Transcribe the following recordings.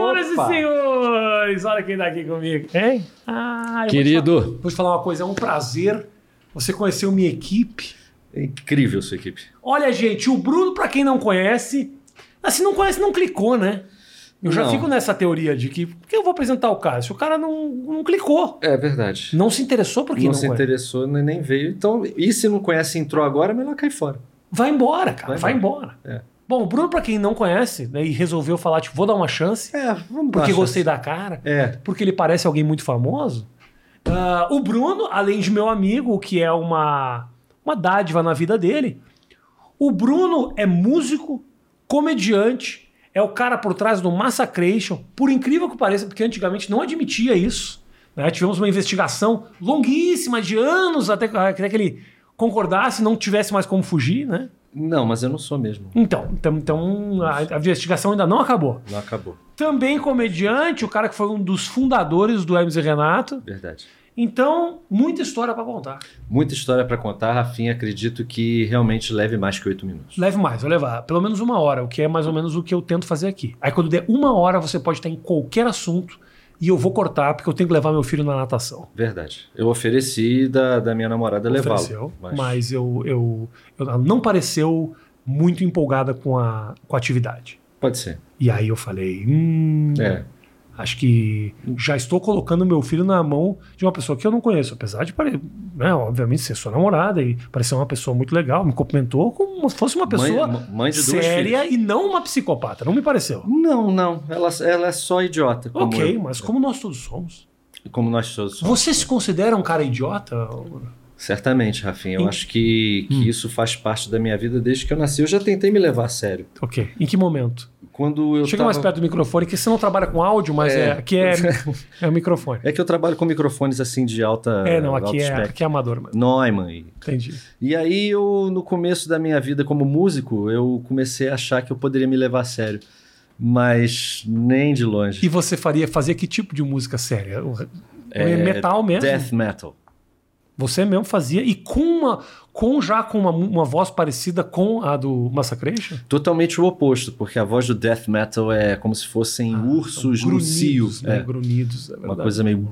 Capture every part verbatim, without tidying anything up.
Senhoras e senhores, olha quem tá aqui comigo. Hein? Ah, eu Querido. Vou te, falar, vou te falar uma coisa, é um prazer você conhecer a minha equipe. É incrível sua equipe. Olha, gente, o Bruno, pra quem não conhece, se não conhece, não clicou, né? Eu já Não. fico nessa teoria de que, por que eu vou apresentar o cara? Se o cara não, não clicou, É verdade. não se interessou por quem Não não, se conhece. interessou, nem nem veio. Então, e se não conhece e entrou agora, melhor cair fora. Vai embora, cara, vai, Vai embora. É. Bom, o Bruno, pra quem não conhece, né, e resolveu falar, tipo, vou dar uma chance, É, vamos dar porque uma gostei chance. da cara, É. porque ele parece alguém muito famoso. Ah, o Bruno, além de meu amigo, o que é uma, uma dádiva na vida dele, o Bruno é músico, comediante, é o cara por trás do Massacration, por incrível que pareça, porque antigamente não admitia isso. Né? Tivemos uma investigação longuíssima de anos até, até que ele concordasse, não tivesse mais como fugir, né? Não, mas eu não sou mesmo. Então, então, então a, a investigação ainda não acabou. Não acabou. Também comediante, o cara que foi um dos fundadores do Hermes e Renato. Verdade. Então, muita história pra contar. Muita história para contar, Rafinha. Acredito que realmente leve mais que oito minutos. Leve mais, vou levar pelo menos uma hora, o que é mais ou menos o que eu tento fazer aqui. Aí quando der uma hora, você pode estar em qualquer assunto e eu vou cortar, porque eu tenho que levar meu filho na natação. Verdade. Eu ofereci da, da minha namorada levá-lo. Ofereceu, mas, eu, eu, eu- ela não pareceu muito empolgada com a, com a atividade. Pode ser. E aí eu falei, hum, É. acho que já estou colocando meu filho na mão de uma pessoa que eu não conheço, apesar de, pare- né, obviamente, ser sua namorada e parecer uma pessoa muito legal, me cumprimentou como se fosse uma pessoa Mãe- mãe de duas séria filhas. e não uma psicopata, não me pareceu. Não, não. Ela, ela é só idiota. Como Ok, eu. mas como nós todos somos. Como nós todos somos. Você se considera um cara idiota? Certamente, Rafinha. Eu Em- acho que, que Hum. isso faz parte da minha vida desde que eu nasci. Eu já tentei me levar a sério. Ok, em que momento? Quando eu Chega tava... mais perto do microfone, que você não trabalha com áudio, mas é, É. aqui é, é o microfone. É que eu trabalho com microfones assim de alta... É, não, alto aqui é, spec. aqui é amador, mano. Neumann. E... Entendi. e aí eu, no começo da minha vida como músico, eu comecei a achar que eu poderia me levar a sério. Mas nem de longe. E você faria fazer que tipo de música séria? O- É, metal mesmo? Death metal. Você mesmo fazia e com uma com já com uma, uma voz parecida com a do Massacration? Totalmente o oposto, porque a voz do death metal é como se fossem ursos no cio. Grunhidos, né? É, Grunhidos, é uma verdade. coisa meio...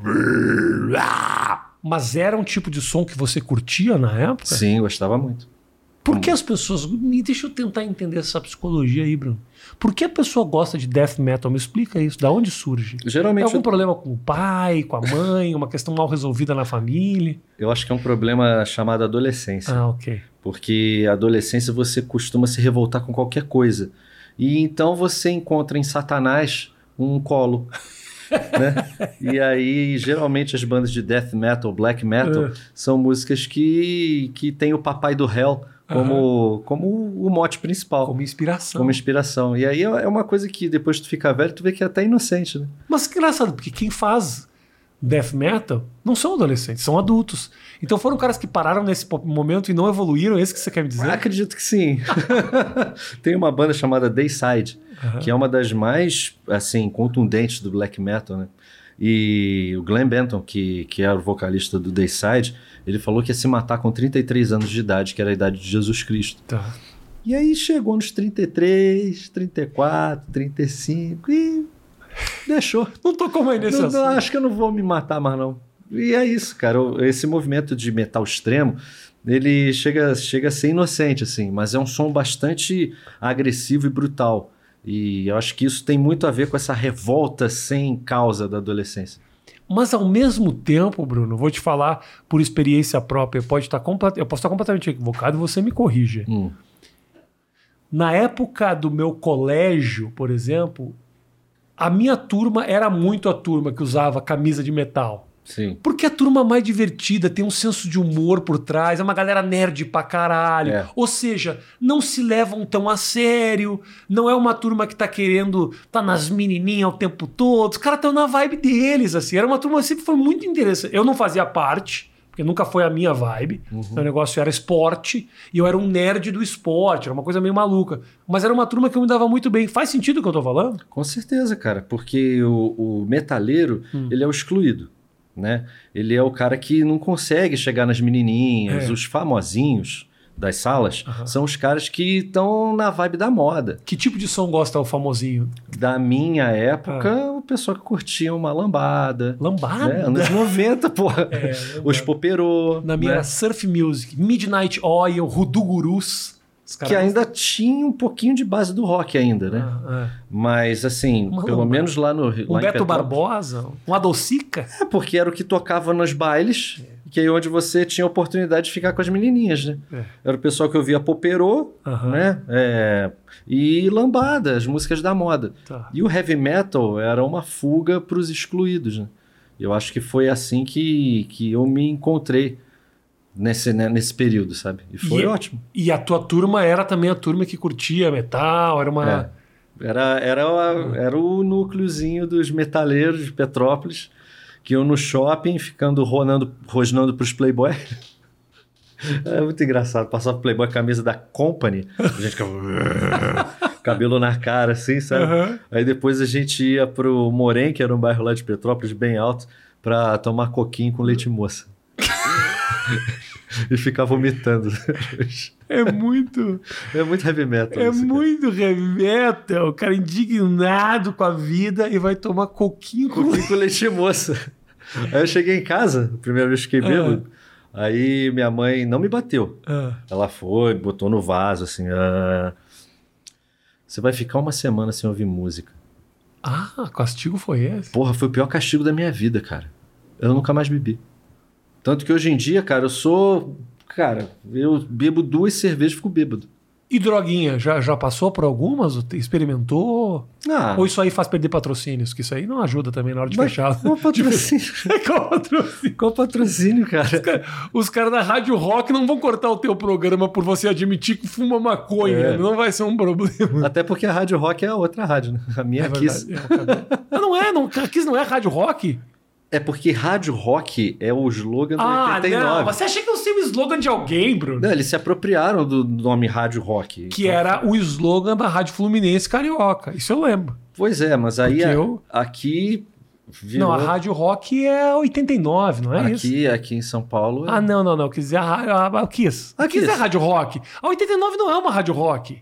Mas era um tipo de som que você curtia na época? Sim, gostava muito. Por que as pessoas... Me deixa eu tentar entender essa psicologia aí, Bruno. Por que a pessoa gosta de death metal? Me explica isso. Da onde surge? É Geralmente algum eu, problema com o pai, com a mãe, uma questão mal resolvida na família? eu acho que é um problema chamado adolescência. Ah, ok. Porque a adolescência você costuma se revoltar com qualquer coisa. E então você encontra em Satanás um colo. Né? E aí, geralmente, as bandas de death metal, black metal, É. são músicas que, que tem o papai do Hell como, como o mote principal, Como inspiração. como inspiração. E aí é uma coisa que depois tu fica velho, tu vê que é até inocente, né? Mas que engraçado, porque quem faz death metal não são adolescentes, são adultos. Então foram caras que pararam nesse po- momento e não evoluíram, é isso que você quer me dizer? Acredito que sim. Tem uma banda chamada Dayside, Aham. que é uma das mais, assim, contundentes do black metal, né? E o Glenn Benton, que, que era o vocalista do Dayside, ele falou que ia se matar com trinta e três anos de idade, que era a idade de Jesus Cristo. Tá. E aí chegou nos trinta e três, trinta e quatro, trinta e cinco e deixou. Não tocou mais nesse Não, não, assunto. acho que eu não vou me matar mais não. E é isso, cara. O- Esse movimento de metal extremo, ele chega, chega a ser inocente, assim, mas é um som bastante agressivo e brutal. E eu acho que isso tem muito a ver com essa revolta sem causa da adolescência. Mas ao mesmo tempo, Bruno, vou te falar por experiência própria, pode estar complet... eu posso estar completamente equivocado e você me corrige. Hum. Na época do meu colégio, por exemplo, a minha turma era muito a turma que usava camisa de metal. Sim. Porque é a turma mais divertida, tem um senso de humor por trás, é uma galera nerd pra caralho. É. Ou seja, não se levam tão a sério, não é uma turma que tá querendo tá nas menininhas o tempo todo. Os caras estão na vibe deles, assim. Era uma turma que sempre foi muito interessante. Eu não fazia parte, porque nunca foi a minha vibe. Meu negócio era esporte, e eu era um nerd do esporte, era uma coisa meio maluca. Mas era uma turma que eu me dava muito bem. Faz sentido o que eu tô falando? Com certeza, cara, porque o, o metaleiro, ele é o excluído, né? Ele é o cara que não consegue chegar nas menininhas, É. os famosinhos, das salas Aham. são os caras que estão na vibe da moda. Que tipo de som gosta o famosinho? Da minha época, Ah. o pessoal que curtia uma lambada. Lambada? Né? Anos noventa, porra. É, Os poperô. Na minha né? era Surf Music, Midnight Oil, Rudu Gurus. Os caras Que ainda tinha um pouquinho de base do rock ainda, né? Ah, ah. Mas, assim, Uma pelo lambada. menos lá no Rio. Um lá em Beto Petrópolis- Barbosa, um Adolcica. É, porque era o que tocava nos bailes, que aí onde você tinha a oportunidade de ficar com as menininhas, né? É. Era o pessoal que ouvia poperô, Aham. né? É, e lambada, as músicas da moda. Tá. E o heavy metal era uma fuga para os excluídos, né? Eu acho que foi assim que, que eu me encontrei nesse, né, nesse período, sabe? E foi E- ótimo. E a tua turma era também a turma que curtia metal, era uma... É. Era, era, o- era o núcleozinho dos metaleiros de Petrópolis, que iam no shopping, ficando ronando, rosnando pros playboy. É muito engraçado. Passava playboy com a camisa da Company, a gente ficava... cabelo na cara, assim, sabe? Aham. Aí depois a gente ia pro Morém, que era um bairro lá de Petrópolis, bem alto, pra tomar coquinho com leite moça. E ficar vomitando. É muito... É muito heavy metal. É isso, cara. muito heavy metal, o cara indignado com a vida e vai tomar coquinho com Coquinho com leite moça. Aí eu cheguei em casa, a primeira vez que fiquei bêbado, aí minha mãe não me bateu. Ah, Ela foi, botou no vaso, assim, ah, você vai ficar uma semana sem ouvir música. ah, castigo foi esse? Porra, foi o pior castigo da minha vida, cara. Eu nunca mais bebi. Tanto que hoje em dia, cara, eu sou... Cara, eu bebo duas cervejas e fico bêbado. E droguinha, já, já passou por algumas? Experimentou? Ah, Ou isso aí faz perder patrocínios? Que isso aí não ajuda também na hora de mas fechar. qual patrocínio? Qual patrocínio? Qual patrocínio, cara? Os caras da Rádio Rock não vão cortar o teu programa por você admitir que fuma maconha. É. Não vai ser um problema. Até porque a Rádio Rock é a outra rádio, né? A minha É Kiss. verdade. É, cadê? Ah, não é, não, a Kiss não é Rádio Rock? É porque Rádio Rock é o slogan do Ah, oitenta e não. nove. Você acha que eu sei o slogan de alguém, Bruno? Não, eles se apropriaram do nome Rádio Rock. Que Então, era o slogan da Rádio Fluminense Carioca. Isso eu lembro. Pois é, mas aí Porque a- eu- aqui virou... Não, a Rádio Rock é oitenta e nove, não é isso? aqui, aqui em São Paulo... é- Ah, não, não, não. Quis dizer a, rádio- a, a Kiss. A A Kiss Kiss. é a Rádio Rock. A oitenta e nove não é uma Rádio Rock.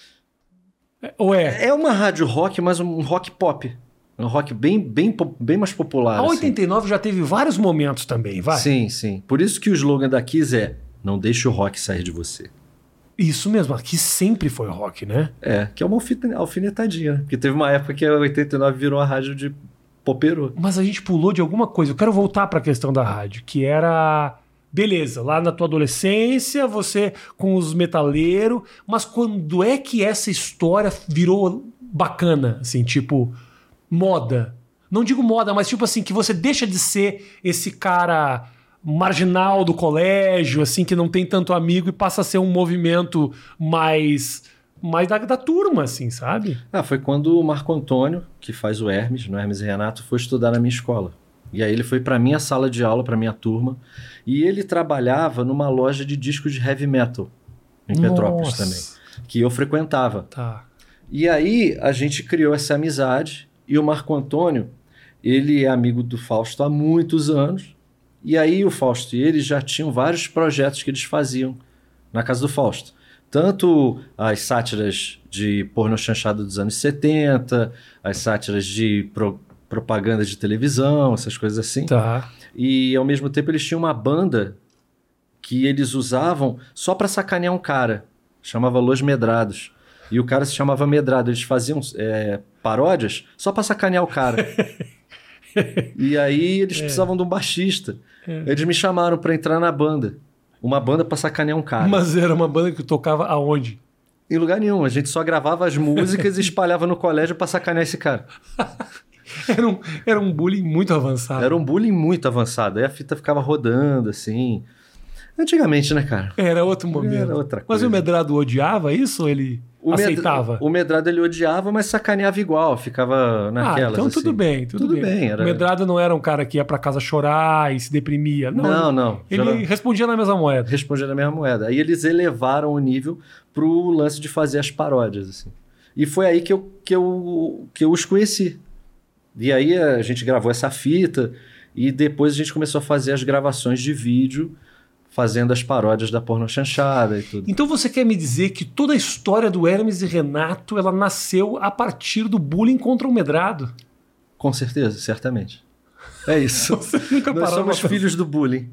É- Ou é? É uma rádio rock, mas um rock pop. Um rock bem, bem, po- bem mais popular. A assim. oitenta e nove já teve vários momentos também, vai? Sim, sim. Por isso que o slogan da Kiss é não deixe o rock sair de você. Isso mesmo, a Kiss sempre foi rock, né? É, que é uma alfine- alfinetadinha, né? Porque teve uma época que a oitenta e nove virou a rádio de poperô. Mas a gente pulou de alguma coisa. Eu quero voltar para a questão da rádio, que era... Beleza, lá na tua adolescência, você com os metaleiros, mas quando é que essa história virou bacana? Assim, tipo, moda. Não digo moda, mas tipo assim, que você deixa de ser esse cara marginal do colégio, assim, que não tem tanto amigo e passa a ser um movimento mais, mais da, da turma, assim, sabe? Ah, foi quando o Marco Antônio, que faz o Hermes, no Hermes e Renato, foi estudar na minha escola. E aí ele foi para minha sala de aula, para minha turma, e ele trabalhava numa loja de discos de heavy metal em Petrópolis Nossa. também, que eu frequentava. Tá. E aí a gente criou essa amizade, e o Marco Antônio, ele é amigo do Fausto há muitos anos, e aí o Fausto e ele já tinham vários projetos que eles faziam na casa do Fausto. Tanto as sátiras de porno chanchado dos anos setenta, as sátiras de pro- propaganda de televisão, essas coisas assim. Tá. E ao mesmo tempo eles tinham uma banda que eles usavam só para sacanear um cara. Chamava Los Medrados. E o cara se chamava Medrado. Eles faziam é, paródias só para sacanear o cara. E aí eles precisavam de um baixista. Eles me chamaram para entrar na banda. Uma banda para sacanear um cara. Mas era uma banda que tocava aonde? Em lugar nenhum. A gente só gravava as músicas e espalhava no colégio para sacanear esse cara. Era um, era um bullying muito avançado. Era um bullying muito avançado. Aí a fita ficava rodando, assim. Antigamente, né, cara? Era outro momento. Era outra Mas coisa. o Medrado odiava isso ou ele O Med- aceitava? O Medrado ele odiava, mas sacaneava igual. Ficava Ah, naquelas, então tudo assim. bem, tudo, Tudo bem. bem, era- O Medrado não era um cara que ia pra casa chorar e se deprimia. Não, Não, não. Ele Era- respondia na mesma moeda. respondia na mesma moeda. Aí eles elevaram o nível pro lance de fazer as paródias, assim. E foi aí que eu, que eu, que eu os conheci. E aí a gente gravou essa fita e depois a gente começou a fazer as gravações de vídeo fazendo as paródias da pornochanchada e tudo. Então você quer me dizer que toda a história do Hermes e Renato ela nasceu a partir do bullying contra o Medrado? Com certeza, certamente. É isso. Você nunca Nós parou somos pra- filhos do bullying.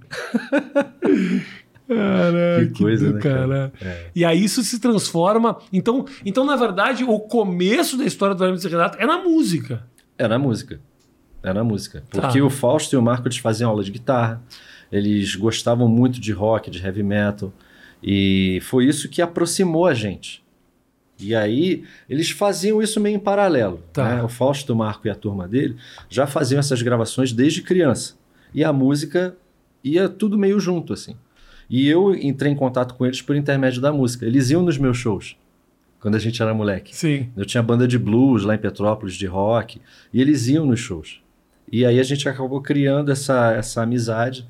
Caraca, Que coisa, do né, cara? cara. É. E aí isso se transforma... Então, então, na verdade, o começo da história do Hermes e Renato é na música. É na música. É na música. Porque Tá. o Fausto e o Marco eles faziam aula de guitarra. Eles gostavam muito de rock, de heavy metal. E foi isso que aproximou a gente. E aí, eles faziam isso meio em paralelo. Tá. Né? O Fausto, o Marco e a turma dele já faziam essas gravações desde criança. E a música ia tudo meio junto, assim. E eu entrei em contato com eles por intermédio da música. Eles iam nos meus shows, quando a gente era moleque. Sim. Eu tinha banda de blues lá em Petrópolis, de rock, e eles iam nos shows. E aí a gente acabou criando essa, essa amizade,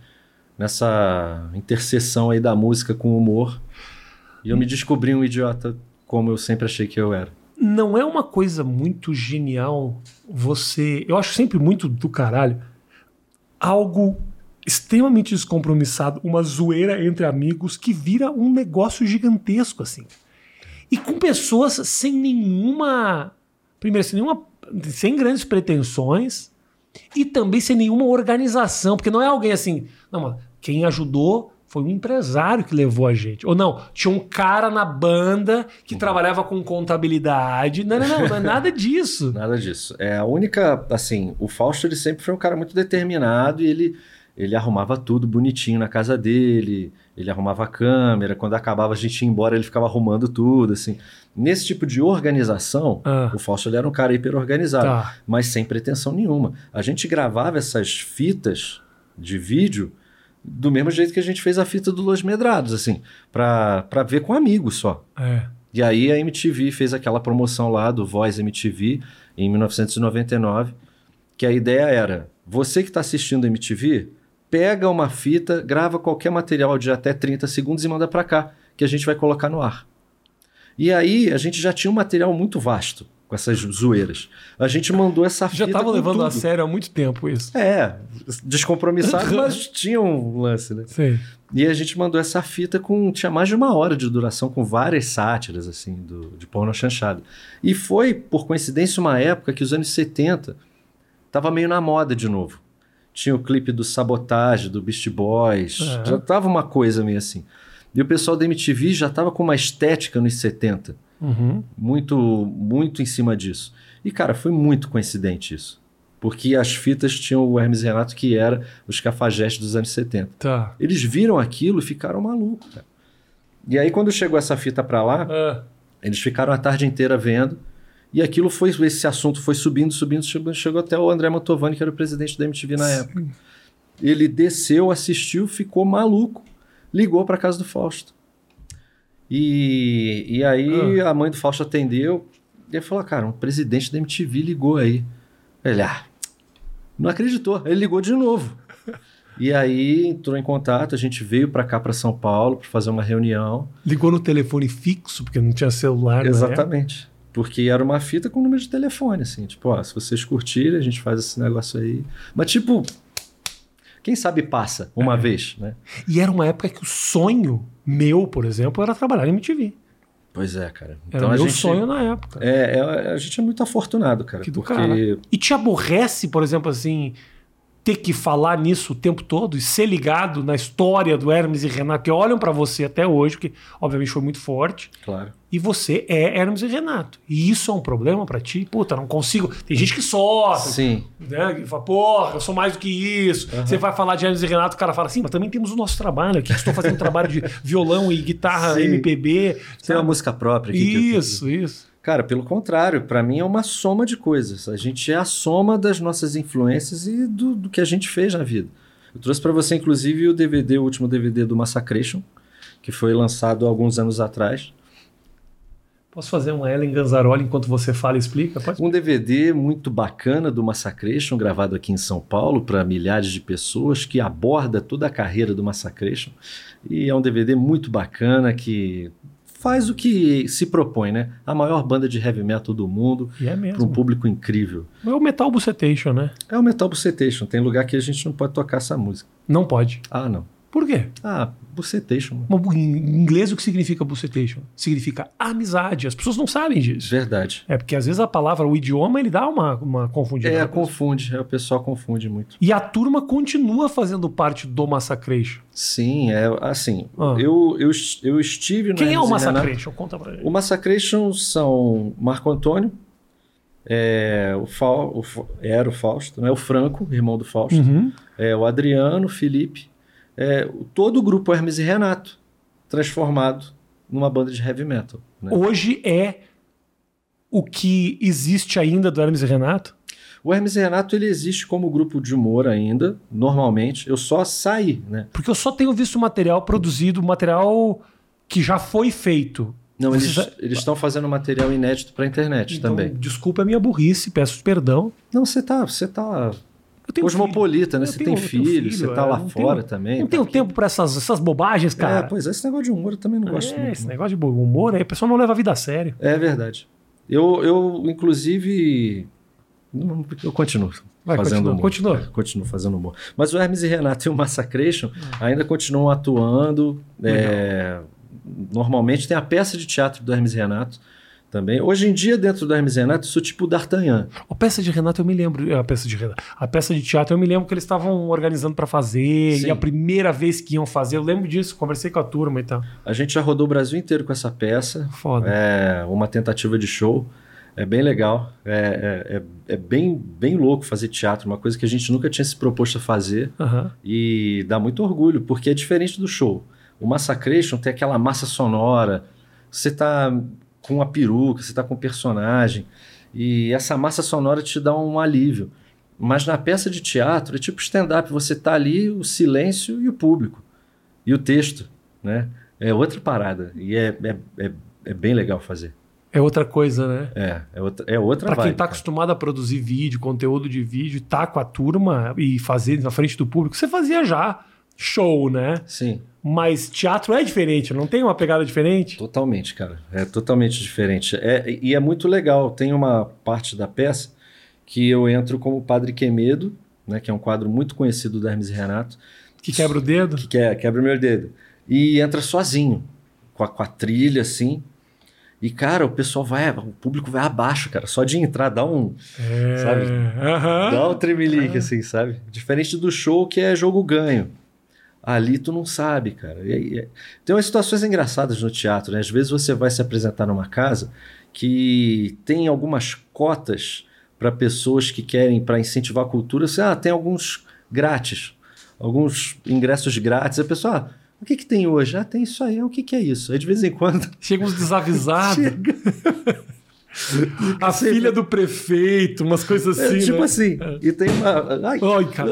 nessa interseção aí da música com o humor. E eu me descobri um idiota, como eu sempre achei que eu era. Não é uma coisa muito genial você... Eu acho sempre muito do caralho algo extremamente descompromissado, uma zoeira entre amigos que vira um negócio gigantesco, assim. E com pessoas sem nenhuma... Primeiro, sem nenhuma... Sem grandes pretensões e também sem nenhuma organização, porque não é alguém assim... Não, mano, quem ajudou foi um empresário que levou a gente. Ou não, tinha um cara na banda que trabalhava com contabilidade. Não, não, não, não é nada disso. Nada disso. É a única, assim, o Fausto ele sempre foi um cara muito determinado e ele, ele arrumava tudo bonitinho na casa dele, ele arrumava a câmera, quando acabava a gente ia embora ele ficava arrumando tudo, assim. Nesse tipo de organização, Ah. o Fausto ele era um cara hiper organizado, Tá. mas sem pretensão nenhuma. A gente gravava essas fitas de vídeo do mesmo jeito que a gente fez a fita do Los Medrados, assim, pra, pra ver com amigos só. É. E aí a M T V fez aquela promoção lá do Voice M T V em mil novecentos e noventa e nove, que a ideia era, você que está assistindo a M T V, pega uma fita, grava qualquer material de até trinta segundos e manda para cá, que a gente vai colocar no ar. E aí a gente já tinha um material muito vasto com essas zoeiras. A gente mandou essa fita Já tava com levando tudo. a sério há muito tempo isso. É, descompromissado, mas tinha um lance, né? Sei. E a gente mandou essa fita com... Tinha mais de uma hora de duração, com várias sátiras, assim, do, de pornochanchada. E foi, por coincidência, uma época que os anos setenta tava meio na moda de novo. Tinha o clipe do Sabotage, do Beast Boys. É. Já tava uma coisa meio assim. E o pessoal da M T V já tava com uma estética nos setenta. Uhum. Muito, muito em cima disso. E, cara, foi muito coincidente isso. Porque as fitas tinham o Hermes e Renato, que era os cafajestes dos anos setenta. Tá. Eles viram aquilo e ficaram malucos, cara. E aí, quando chegou essa fita pra lá, Ah. eles ficaram a tarde inteira vendo. E aquilo foi, esse assunto foi subindo, subindo, subindo, chegou até o André Mantovani, que era o presidente da M T V na época. Ele desceu, assistiu, ficou maluco, ligou pra casa do Fausto. E, e aí Ah. a mãe do Fausto atendeu e ele falou, cara, um presidente da M T V ligou aí. Ele, ah, não acreditou. Ele ligou de novo. E aí entrou em contato, a gente veio pra cá, pra São Paulo, pra fazer uma reunião. Ligou no telefone fixo, porque não tinha celular, né? Exatamente. Porque era uma fita com número de telefone, assim. Tipo, ó, se vocês curtirem, a gente faz esse negócio aí. Mas, tipo, quem sabe passa uma É. vez, né? E era uma época que o sonho meu, por exemplo, era trabalhar na M T V. Pois é, cara. Era Então o a meu gente... sonho na época. É, é, a gente é muito afortunado, cara. Que do porque cara. E te aborrece, por exemplo, assim, ter que falar nisso o tempo todo e ser ligado na história do Hermes e Renato, que olham pra você até hoje, que obviamente foi muito forte, Claro. e você é Hermes e Renato. E isso é um problema pra ti? Puta, não consigo. Tem gente que sofre, Sim. né? Que fala, porra, eu sou mais do que isso. Você vai falar de Hermes e Renato, o cara fala assim, mas também temos o nosso trabalho aqui. Estou fazendo um trabalho de violão e guitarra Sim. M P B. Tem sabe? uma música própria aqui. que eu- Isso, isso. Cara, pelo contrário, pra mim é uma soma de coisas. A gente é a soma das nossas influências e do, do que a gente fez na vida. Eu trouxe pra você, inclusive, o D V D, o último D V D do Massacration, que foi lançado há alguns anos atrás. Posso fazer uma Ellen Ganzaroli enquanto você fala e explica? Pode? Um D V D muito bacana do Massacration, gravado aqui em São Paulo para milhares de pessoas, que aborda toda a carreira do Massacration. E é um D V D muito bacana que faz o que se propõe, né? A maior banda de heavy metal do mundo, E é para um mesmo. público incrível. É o Metal Bucetation, né? É o Metal Bucetation, tem lugar que a gente não pode tocar essa música. Não pode. Ah, não. Por quê? Ah, bucetation. Mas em inglês o que significa bucetation? Significa amizade. As pessoas não sabem disso. Verdade. É porque às vezes a palavra, o idioma, ele dá uma, uma confundida. É, confunde. É, o pessoal confunde muito. E a turma continua fazendo parte do Massacration. Sim, é assim. Ah. Eu, eu, eu estive no Quem é o Hermes e Renato. Massacration? Conta pra gente. O Massacration são Marco Antônio, é, o Fau, o, Fa- era o Fausto, né? O Franco, irmão do Fausto, Uhum. é, o Adriano, o Felipe, é, todo o grupo Hermes e Renato, transformado numa banda de heavy metal. Né? Hoje é o que existe ainda do Hermes e Renato? O Hermes e Renato ele existe como grupo de humor ainda, normalmente. Eu só saí, né? Porque eu só tenho visto material produzido, material que já foi feito. Não, eles Vocês- eles estão fazendo material inédito para internet Então, também. desculpa a minha burrice, peço perdão. Não, você tá, você tá Eu tenho cosmopolita, né? filho. Você Eu tem tenho- eu tenho filho, você tá é, lá não fora tenho- também. Não tá tenho aqui. tempo pra essas, essas bobagens, cara. É, pois é, esse negócio de humor eu também não gosto É, muito. esse não. negócio de humor aí, o pessoal não leva a vida a sério. É verdade. Eu, eu inclusive, não, eu continuo Vai, fazendo continua, humor. continua. É, continuo fazendo humor. Mas o Hermes e Renato e o Massacration ainda continuam atuando. é, normalmente tem a peça de teatro do Hermes e Renato também. Hoje em dia, dentro do Hermes e Renato, isso é tipo D'Artagnan. A peça de Renato eu me lembro, a peça de Renato, a peça de teatro eu me lembro que eles estavam organizando pra fazer, Sim. e a primeira vez que iam fazer, eu lembro disso, conversei com a turma e tal. A gente já rodou o Brasil inteiro com essa peça. Foda. É uma tentativa de show. É bem legal. É, é, é, é bem, bem louco fazer teatro, uma coisa que a gente nunca tinha se proposto a fazer. Aham. E dá muito orgulho, porque é diferente do show. O Massacration tem aquela massa sonora, você tá com a peruca, você tá com o personagem, e essa massa sonora te dá um alívio. Mas na peça de teatro é tipo stand-up, você tá ali, o silêncio e o público. E o texto, né? É outra parada. E é, é, é, é bem legal fazer. É outra coisa, né? É, é outra, é outra Pra quem vibe, tá cara. acostumado a produzir vídeo, conteúdo de vídeo, tá com a turma e fazer na frente do público, você fazia já show, né? Sim. Mas teatro é diferente, não tem uma pegada diferente? Totalmente, cara. É totalmente diferente. É, e é muito legal. Tem uma parte da peça que eu entro como Padre Quemedo, né, que é um quadro muito conhecido do Hermes e Renato, Que quebra o dedo? que quer, quebra o meu dedo. E entra sozinho, com a, com a trilha, assim. E, cara, o pessoal vai, o público vai abaixo, cara. Só de entrar, dá um, É. sabe? Aham. Dá um tremelique, assim, sabe? Diferente do show, que é jogo ganho. Ali tu não sabe, cara. E aí, é- Tem umas situações engraçadas no teatro, né? Às vezes você vai se apresentar numa casa que tem algumas cotas para pessoas que querem, para incentivar a cultura. Você, ah, tem alguns grátis, alguns ingressos grátis. A pessoa, ah, o que que tem hoje? Ah, tem isso aí. O que que é isso? Aí de vez em quando... Chega uns desavisados. Chega. A filha do prefeito, umas coisas É, assim, tipo né? assim. E tem uma... Ai, Ai, cara.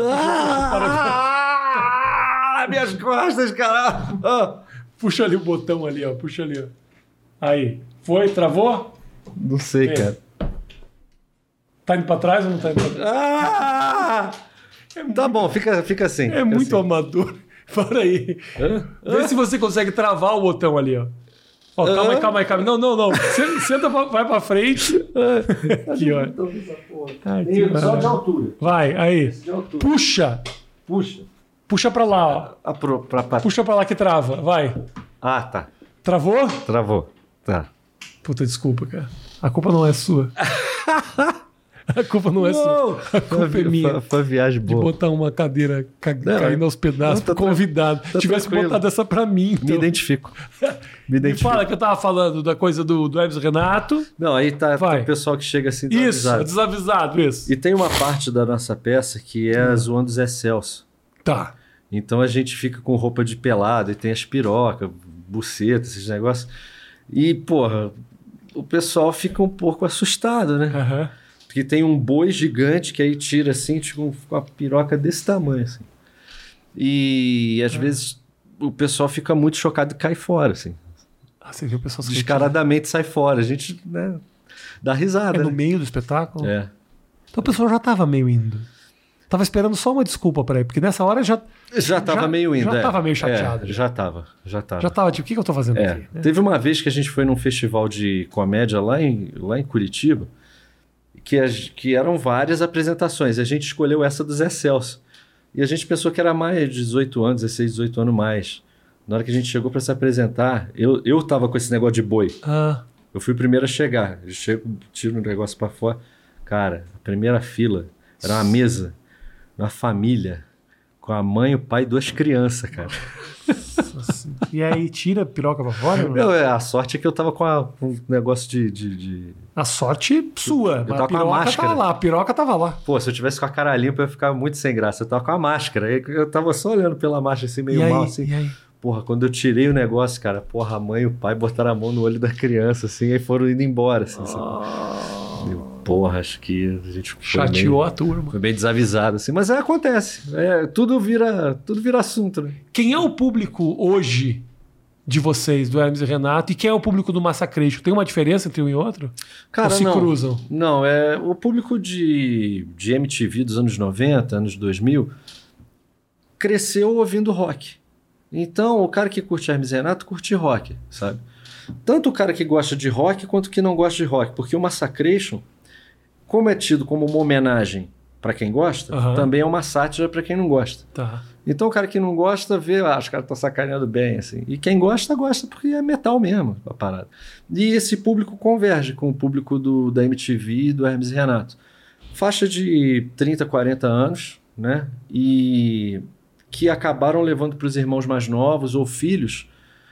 Ah, minhas costas, cara. Ah. Puxa ali o botão ali, ó. Puxa ali, ó. Aí. Foi? Travou? Não sei, É. cara. Tá indo pra trás ou não tá indo pra trás? Ah! Tá bom, fica, fica assim. É fica muito assim. amador. Para aí. Hã? Vê se você consegue travar o botão ali, ó. Ó, calma aí, calma aí, calma aí. Não, não, não. Senta, senta pra- vai pra frente. Aqui, ó. Ai, que Só de maravilha. altura. Vai, aí. De altura. Puxa. Puxa. Puxa pra lá, ó. Ah, pro- pra- pra- Puxa pra lá que trava. Vai. ah, tá. Travou? Travou. Tá. Puta, desculpa, cara. A culpa não é sua. A culpa não é sua. A culpa é minha. Foi, foi uma viagem De boa. botar uma cadeira ca- Não, caindo aos pedaços não, tá pro convidado. tá Tivesse tranquilo. botado essa pra mim. Me Então. identifico. Me Me identifico. fala que eu tava falando da coisa do, do Hermes Renato. Não, aí tá, Vai. tem o pessoal que chega assim Isso, desavisado. desavisado, isso. E tem uma parte da nossa peça que é zoando Zé Celso. Tá. Então a gente fica com roupa de pelado e tem as pirocas, buceta, esses negócios. E, porra, o pessoal fica um pouco assustado, né? Aham. Porque tem um boi gigante que aí tira assim, tipo, com a piroca desse tamanho, assim. E às vezes o pessoal fica muito chocado e cai fora, assim. Ah, você viu o pessoal se Descaradamente sai fora. A gente, né, dá É risada, no né? meio do espetáculo? É. Então o pessoal já tava meio indo. Tava esperando só uma desculpa pra ele, porque nessa hora já, Já tava Já- meio indo, já é. tava meio chateado, É, já. já tava, já tava. já tava tipo, o que, que eu tô fazendo É. aqui? né? Teve uma vez que a gente foi num festival de comédia lá em, lá em Curitiba, que, a- que eram várias apresentações. E a gente escolheu essa do Zé Celso. E a gente pensou que era mais de dezoito anos, dezesseis, dezoito anos mais. Na hora que a gente chegou para se apresentar, eu, eu tava com esse negócio de boi. Ah. Eu fui o primeiro a chegar. Eu chego, tiro o negócio para fora. Cara, a primeira fila era uma mesa, uma família, com a mãe, o pai e duas crianças, cara. Nossa. E aí, tira a piroca pra fora? Meu, a sorte é que eu tava com, a, com um negócio de, de, de... A sorte sua. Eu mas tava a com a piroca máscara. tava lá, a piroca tava lá. Pô, se eu tivesse com a cara limpa, eu ia ficar muito sem graça. Eu tava com a máscara. Aí eu tava só olhando pela máscara, assim, meio E aí, mal, assim. e aí? Porra, quando eu tirei o negócio, cara, porra, a mãe e o pai botaram a mão no olho da criança, assim, aí foram indo embora, assim. Oh. Meu, porra, acho que a gente foi Chateou meio, a turma. foi bem desavisado, assim. Mas é, acontece. É, tudo, vira, tudo vira assunto, né? Quem é o público hoje de vocês, do Hermes e Renato, e quem é o público do Massacration? Tem uma diferença entre um e outro? Cara, Ou se não, cruzam? Não, é o público de, de M T V dos anos noventa, anos dois mil, cresceu ouvindo rock. Então, o cara que curte Hermes e Renato curte rock, sabe? Tanto o cara que gosta de rock quanto o que não gosta de rock. Porque o Massacration, como é tido como uma homenagem para quem gosta, Uhum. também é uma sátira para quem não gosta. Tá. Então, o cara que não gosta vê, ah, os caras estão sacaneando bem, assim. E quem gosta, gosta porque é metal mesmo, a parada. E esse público converge com o público do, da M T V e do Hermes e Renato. Faixa de trinta, quarenta anos, né? E que acabaram levando para os irmãos mais novos ou filhos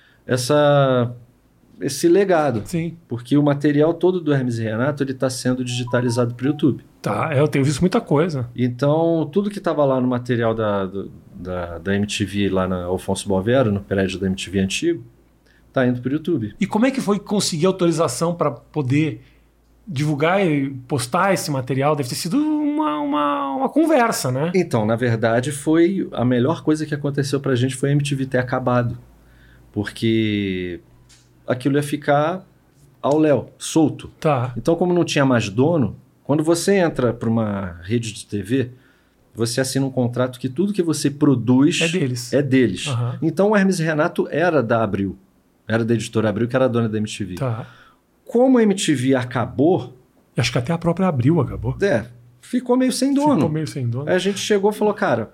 essa, esse legado. Sim. Porque o material todo do Hermes e Renato está sendo digitalizado para o YouTube. Tá, eu tenho visto muita coisa. Então, tudo que estava lá no material da, do, da, da M T V, lá na Alfonso Bovero, no prédio da M T V antigo, está indo para o YouTube. E como é que foi conseguir autorização para poder divulgar e postar esse material? Deve ter sido uma, uma, uma conversa, né? Então, na verdade, foi a melhor coisa que aconteceu pra gente foi a M T V ter acabado. Porque aquilo ia ficar ao léu, solto. Tá. Então, como não tinha mais dono, quando você entra para uma rede de T V, você assina um contrato que tudo que você produz É deles. É deles. Uhum. Então, o Hermes e Renato era da Abril. Era da editora Abril, que era a dona da M T V. Tá. Como a M T V acabou, E acho que até a própria Abril acabou. é, ficou meio sem dono. Ficou meio sem dono. Aí a gente chegou e falou, cara,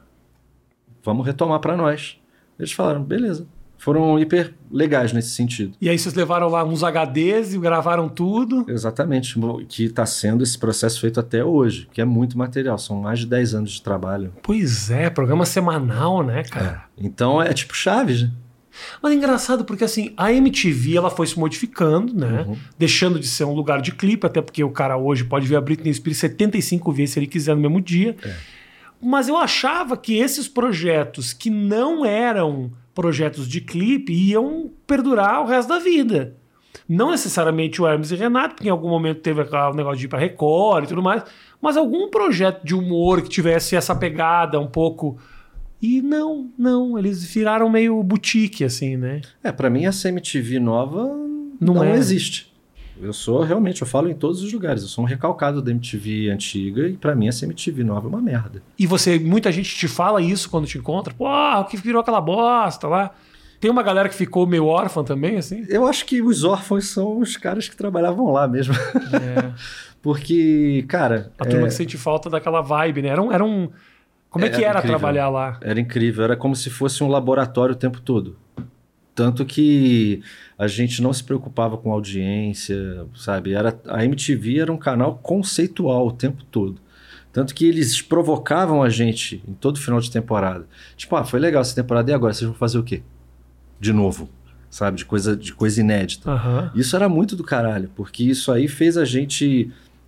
vamos retomar para nós. Eles falaram, beleza. Foram hiper legais nesse sentido. E aí vocês levaram lá uns H Ds e gravaram tudo. Exatamente, que está sendo esse processo feito até hoje, que é muito material, são mais de dez anos de trabalho. Pois é, programa semanal, né, cara? É. Então é tipo Chaves, né? Mas é engraçado porque assim, a M T V ela foi se modificando, né? Uhum. Deixando de ser um lugar de clipe, até porque o cara hoje pode ver a Britney Spears setenta e cinco vezes se ele quiser no mesmo dia. É. Mas eu achava que esses projetos que não eram projetos de clipe iam perdurar o resto da vida. Não necessariamente o Hermes e Renato, porque em algum momento teve o negócio de ir pra Record e tudo mais, mas algum projeto de humor que tivesse essa pegada um pouco... E não, não, eles viraram meio boutique, assim, né? É, para mim essa M T V nova Não não, é. existe. Eu sou realmente, eu falo em todos os lugares, eu sou um recalcado da M T V antiga e para mim essa M T V nova é uma merda. E você, muita gente te fala isso quando te encontra. Pô, o que virou aquela bosta lá? Tem uma galera que ficou meio órfã também, assim? Eu acho que os órfãos são os caras que trabalhavam lá mesmo. É. Porque, cara... A turma é... que sente falta daquela vibe, né? Era um... Era um... Como é que Era era incrível. trabalhar lá? Era incrível, era como se fosse um laboratório o tempo todo. Tanto que a gente não se preocupava com audiência, sabe? Era, a M T V era um canal conceitual o tempo todo. Tanto que eles provocavam a gente em todo final de temporada. Tipo, ah, foi legal essa temporada, e agora? Vocês vão fazer o quê? De novo, sabe? De coisa, de coisa inédita. Aham. Isso era muito do caralho, porque isso aí fez a gente...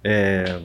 É,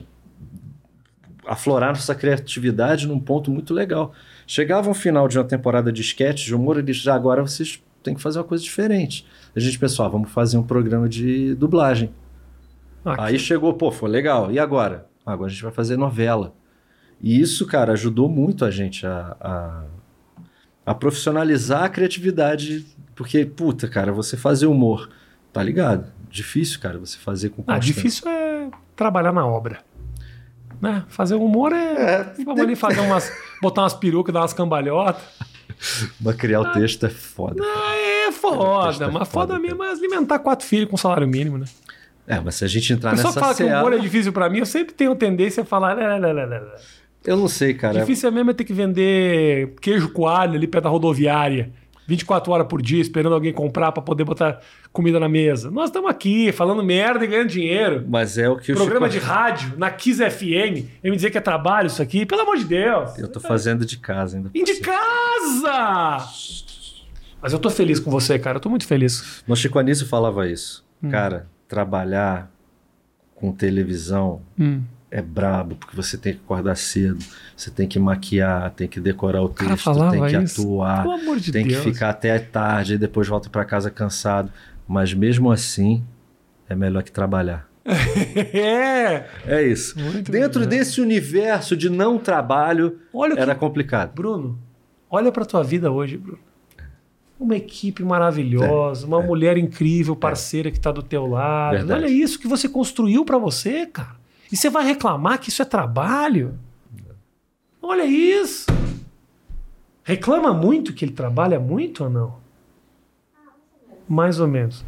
aflorar nossa criatividade num ponto muito legal. Chegava um final de uma temporada de sketch, de humor, e eles já agora vocês têm que fazer uma coisa diferente. A gente pensou, ah, vamos fazer um programa de dublagem. Ah, Aí chegou, pô, foi legal. E agora? Agora a gente vai fazer novela. E isso, cara, ajudou muito a gente a, a, a profissionalizar a criatividade. Porque, puta, cara, você fazer humor, tá ligado? Difícil, cara, você fazer com Ah, constância. difícil é trabalhar na obra. Né? Fazer humor é... É, Vamos ali fazer umas... botar umas perucas, dar umas cambalhotas. Mas criar o texto é foda. Ah, é Cara, o foda. texto é Mas foda, foda mesmo é alimentar quatro filhos com salário mínimo, né? É, mas se a gente entrar A pessoa nessa que fala que o seara... humor é difícil pra mim, eu sempre tenho tendência a falar... Lá, lá, lá, lá, lá. Eu não sei, cara. Difícil mesmo é ter que vender queijo coalho ali perto da rodoviária. vinte e quatro horas por dia, esperando alguém comprar para poder botar comida na mesa. Nós estamos aqui falando merda e ganhando dinheiro. Mas é o que o Programa Chico... de rádio, na Kiss F M, eu me dizer que é trabalho isso aqui, pelo amor de Deus. Eu tô fazendo de casa ainda. E de casa! Mas eu tô feliz com você, cara. Eu tô muito feliz. No Chico Anísio falava isso. Hum. Cara, trabalhar com televisão Hum. é brabo, porque você tem que acordar cedo, você tem que maquiar, tem que decorar o cara texto, falava tem que isso? atuar, Pelo amor de tem Deus. que ficar até tarde e depois volta para casa cansado. Mas mesmo assim, é melhor que trabalhar. É! É isso. Muito Dentro legal. desse universo de não trabalho, Olha o era que... complicado. Bruno, olha pra tua vida hoje, Bruno. Uma equipe maravilhosa, É, uma é. mulher incrível, parceira que tá do teu lado. Verdade. Olha isso que você construiu pra você, cara. E você vai reclamar que isso é trabalho? Olha isso. Reclama muito que ele trabalha muito ou não? Mais ou menos.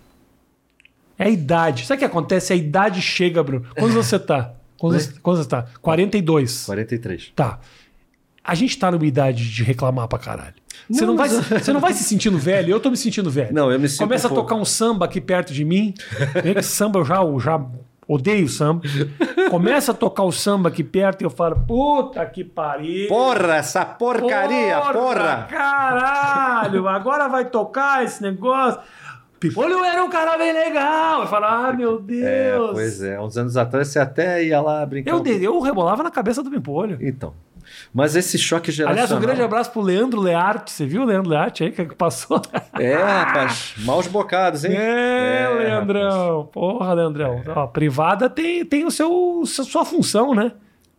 É a idade. Sabe o que acontece? A idade chega, Bruno. Quantos você tá? Quantos, quantos você tá? quarenta e dois. quarenta e três. Tá. A gente tá numa idade de reclamar pra caralho. Você não, Não, vai, mas- se- você não vai se sentindo velho? Eu tô me sentindo velho. Não, eu me sinto Começa um a tocar um samba aqui perto de mim. Vem que samba, eu já, eu já odeio samba. Começa a tocar o samba aqui perto e eu falo, puta que pariu. Porra, essa porcaria, porra! Caralho, agora vai tocar esse negócio. Pipolho era um cara bem legal. Eu falo, ah, meu Deus. É, pois é. Uns anos atrás você até ia lá brincar. Eu, um de- eu rebolava na cabeça do Pimpolho. Então. Mas esse choque geracional... Aliás, um grande abraço pro Leandro Learte. Você viu o Leandro Learte aí que passou? É, rapaz. Maus bocados, hein? É, Leandrão. Porra, Leandrão. Ó, privada tem, tem o seu, seu- sua função, né?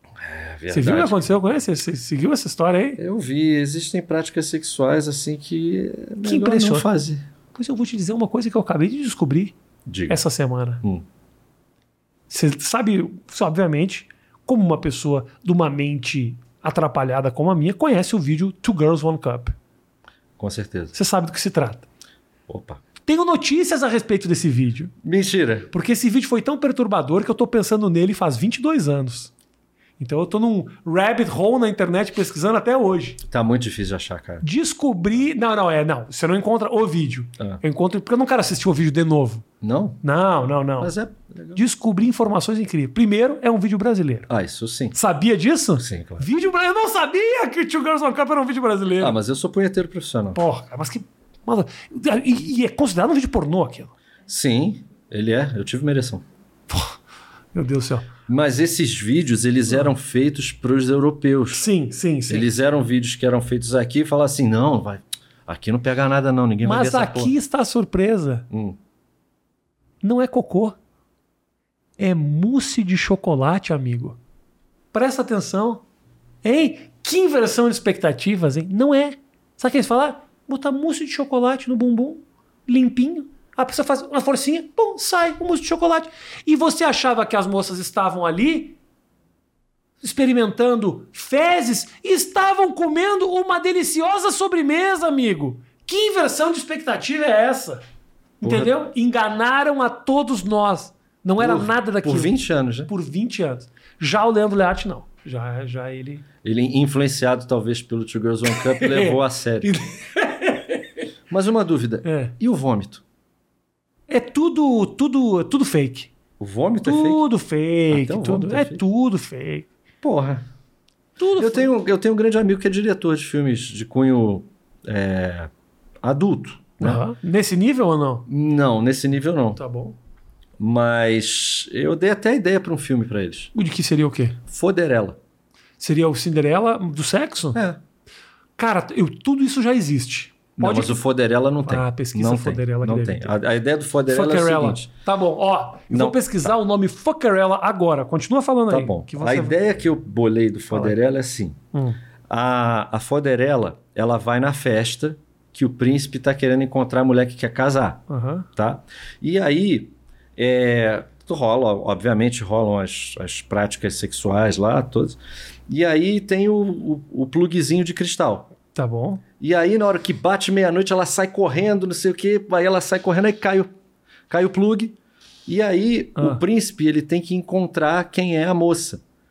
É Você viu o que aconteceu com ele? Você, você seguiu essa história aí? Eu vi. Existem práticas sexuais assim que... É melhor impressionante. não fazer. Pois eu vou te dizer uma coisa que eu acabei de descobrir Diga. essa semana. Hum. Você sabe, você, obviamente, como uma pessoa de uma mente atrapalhada como a minha, conhece o vídeo Two Girls, One Cup. Com certeza. Você sabe do que se trata. Opa. Tenho notícias a respeito desse vídeo. Mentira. Porque esse vídeo foi tão perturbador que eu tô pensando nele faz vinte e dois anos. Então eu tô num rabbit hole na internet pesquisando até hoje. Tá muito difícil de achar, cara. Descobri... Não, não, é, não. Você não encontra o vídeo. Ah. Eu encontro... Porque eu não quero assistir o vídeo de novo. Não? Não, não, não. Mas é legal. Descobri informações incríveis. Primeiro, é um vídeo brasileiro. Ah, isso sim. Sabia disso? Sim, claro. Vídeo brasileiro. Eu não sabia que Two Girls One Cup era um vídeo brasileiro. Ah, mas eu sou punheteiro profissional. Porra, cara, mas que... Mas... E, e é considerado um vídeo pornô aquilo. Sim, ele é. Eu tive uma ereção. Meu Deus do céu. Mas esses vídeos, eles eram feitos para os europeus. Sim, sim, sim. Eles eram vídeos que eram feitos aqui e falavam assim, não, vai, aqui não pega nada não, ninguém vai ver Mas essa aqui porra. está a surpresa. Hum. Não é cocô. É mousse de chocolate, amigo. Presta atenção. Hein? Que inversão de expectativas, hein? Não é. Sabe o que eles falam? Botar mousse de chocolate no bumbum, limpinho. A pessoa faz uma forcinha, pum, sai o mousse de chocolate. E você achava que as moças estavam ali experimentando fezes e estavam comendo uma deliciosa sobremesa, amigo. Que inversão de expectativa é essa? Porra. Entendeu? Enganaram a todos nós. Não era Por- nada daquilo. Por vinte anos, né? Por vinte anos. Já o Leandro Learte, não. Já, já ele... Ele, influenciado talvez pelo Two Girls One Cup, levou a sério. Mas uma dúvida, É. e o vômito? É tudo, tudo, tudo fake. O vômito é fake? Tudo fake. Até o tudo, vômito é é fake? tudo fake. Porra. Tudo Eu fake. tenho, eu tenho um grande amigo que é diretor de filmes de cunho é, adulto. Né? Aham. Nesse nível ou não? Não, nesse nível não. Tá bom. Mas eu dei até ideia para um filme para eles. O de que seria o quê? Foderella. Seria o Cinderela do sexo? É. Cara, eu, tudo isso já existe. Não, Pode... mas o Foderella não tem. Ah, pesquisa não Foderella que Tem, não deve tem. ter. A, a ideia do Foderella é o Fuckerella. seguinte. Tá bom, ó. Eu Não, vou pesquisar o nome Fuckerella agora. Continua falando Tá aí. bom. Que A você... ideia que eu bolei do Fala aí. Foderella é assim. Hum. A, a Foderella, ela vai na festa que o príncipe tá querendo encontrar a mulher que quer casar, Aham. tá? E aí, é, rola, obviamente rolam as, as práticas sexuais lá, todas. E aí tem o, o, o pluguezinho de cristal. Tá bom. E aí, na hora que bate meia-noite, ela sai correndo, não sei o quê, aí ela sai correndo, aí cai o, cai o plug. E aí, Ah. o príncipe, ele tem que encontrar quem é a moça.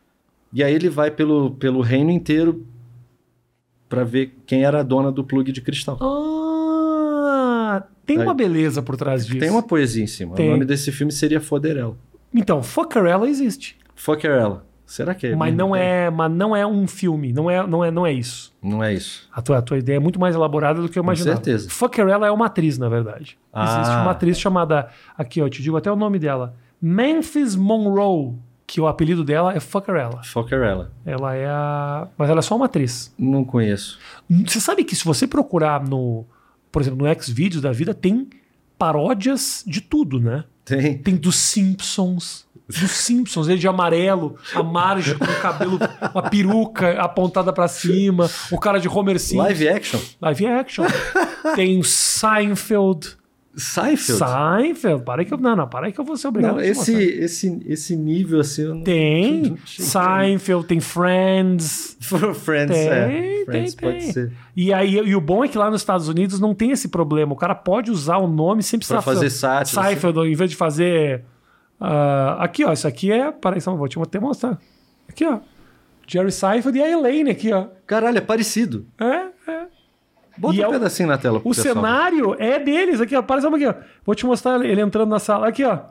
E aí ele vai pelo, pelo reino inteiro pra ver quem era a dona do plug de cristal. Ah, tem Aí- uma beleza por trás disso. Tem uma poesia em cima. Tem. O nome desse filme seria Foderella. Então, Fuckerella existe. Fuckerella. Será que é? Mas mesmo? não é, mas não é um filme, não é, não é, não é isso. Não é isso. A tua, a tua ideia é muito mais elaborada do que eu imaginava. certeza. Fuckerella é uma atriz, na verdade. Ah. Existe uma atriz chamada, aqui ó, eu te digo até o nome dela, Memphis Monroe, que o apelido dela é Fuckerella. Fuckerella. Ela é a... Mas ela é só uma atriz. Não conheço. Você sabe que se você procurar no, por exemplo, no Xvideos da vida, tem paródias de tudo, né? Tem. Tem dos Simpsons. Dos Simpsons, ele de amarelo, a Marge com o cabelo, uma peruca apontada pra cima, o cara de Homer Simpson. Live action? Live action. Tem Seinfeld. Seinfeld? Seinfeld. Para aí que eu. Não, não, para aí que eu vou ser obrigado Não, a te esse, mostrar. esse, esse nível assim... Eu não... Tem não achei Seinfeld, tem Friends. que- Friends, Tem, é. Friends tem, pode tem. ser. E aí, e o bom é que lá nos Estados Unidos não tem esse problema. O cara pode usar o nome sem precisar Pra fazer sátira. assim. Seinfeld, em vez de fazer. ah, aqui, ó. Isso aqui é. Para aí, só vou te até mostrar. Aqui, ó. Jerry Seinfeld e a Elaine aqui, ó. Caralho, é parecido. É, é. Bota E um é o- pedacinho na tela pro O pessoal. cenário é deles. Aqui, ó. Parece aqui, ó. Vou te mostrar ele entrando na sala. Aqui, ó.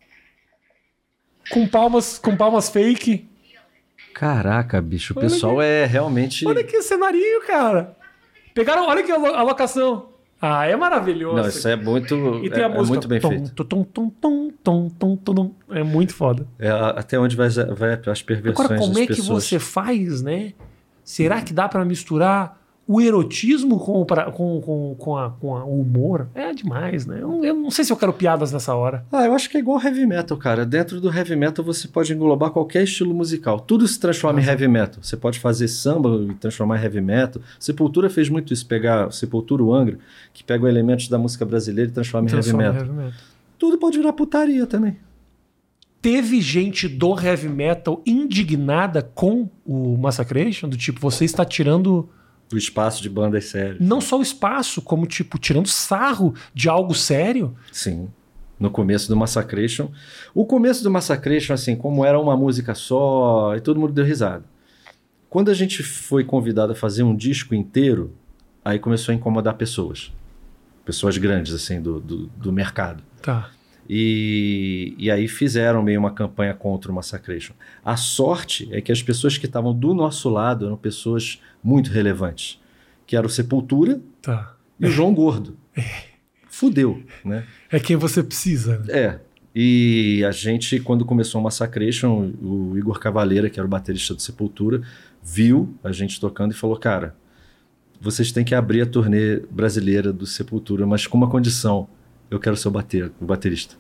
Com palmas, com palmas fake. Caraca, bicho, o Olha pessoal é realmente... Olha aqui o cenarinho, cara. Pegaram, olha aqui a lo- a locação. Ah, é maravilhoso. Não, isso é muito, E tem é, a é música. muito bem Tom, feito. tom, tom, tom, tom, tom, tom, tom. É muito foda. É, até onde vai, vai as perversões Agora, como das é que pessoas. você faz, né? Será que dá pra misturar o erotismo com, o pra- com, com, com, a- com a- o humor? É demais, né? Eu, não- eu não sei se eu quero piadas nessa hora. Ah, eu acho que é igual heavy metal, cara. Dentro do heavy metal você pode englobar qualquer estilo musical. Tudo se transforma em heavy metal. Você pode fazer samba e transformar em heavy metal. Sepultura fez muito isso, pegar Sepultura, o Angra, que pega elementos da música brasileira e transforma em heavy Transforma em metal. heavy metal. Tudo pode virar putaria também. Teve gente do heavy metal indignada com o Massacration, do tipo, você está tirando O espaço de bandas sérias. não só o espaço, como tipo, tirando sarro de algo sério. Sim. No começo do Massacration. O começo do Massacration, assim, como era uma música só, e todo mundo deu risada. Quando a gente foi convidado a fazer um disco inteiro, aí começou a incomodar pessoas. Pessoas grandes, assim, do, do, do mercado. Tá. E, e aí fizeram meio uma campanha contra o Massacration. A sorte é que as pessoas que estavam do nosso lado eram pessoas muito relevantes. Que era o Sepultura Tá. e o João Gordo. Fudeu, né? É quem você precisa. Né? É. E a gente, quando começou o Massacration, o Igor Cavaleira, que era o baterista do Sepultura, viu a gente tocando e falou, cara, vocês têm que abrir a turnê brasileira do Sepultura, mas com uma condição, eu quero ser o, bater, o baterista.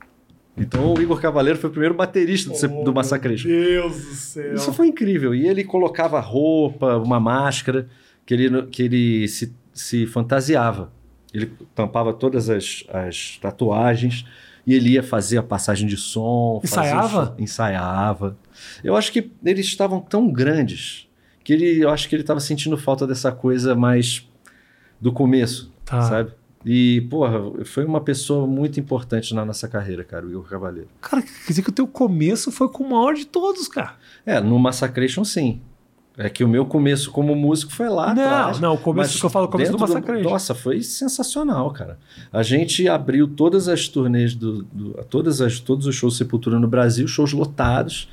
Então o Igor Cavaleiro foi o primeiro baterista do, Sep- do Massacration. Meu Deus do céu. Isso foi incrível. E ele colocava roupa, uma máscara, que ele, que ele se, se fantasiava. Ele tampava todas as, as tatuagens e ele ia fazer a passagem de som. fazia o Ensaiava? show- ensaiava. Eu acho que eles estavam tão grandes que ele, eu acho que ele estava sentindo falta dessa coisa mais do começo, Tá. sabe? E, porra, foi uma pessoa muito importante na nossa carreira, cara, o Igor Cavaleiro. Cara, quer dizer que o teu começo foi com o maior de todos, cara. É, no Massacration, sim. É que o meu começo como músico foi lá Não, atrás. não, o começo Mas que eu falo, o começo do dentro Massacration. Nossa, foi sensacional, cara. A gente abriu todas as turnês, do, do- todas as, todos os shows do Sepultura no Brasil, shows lotados.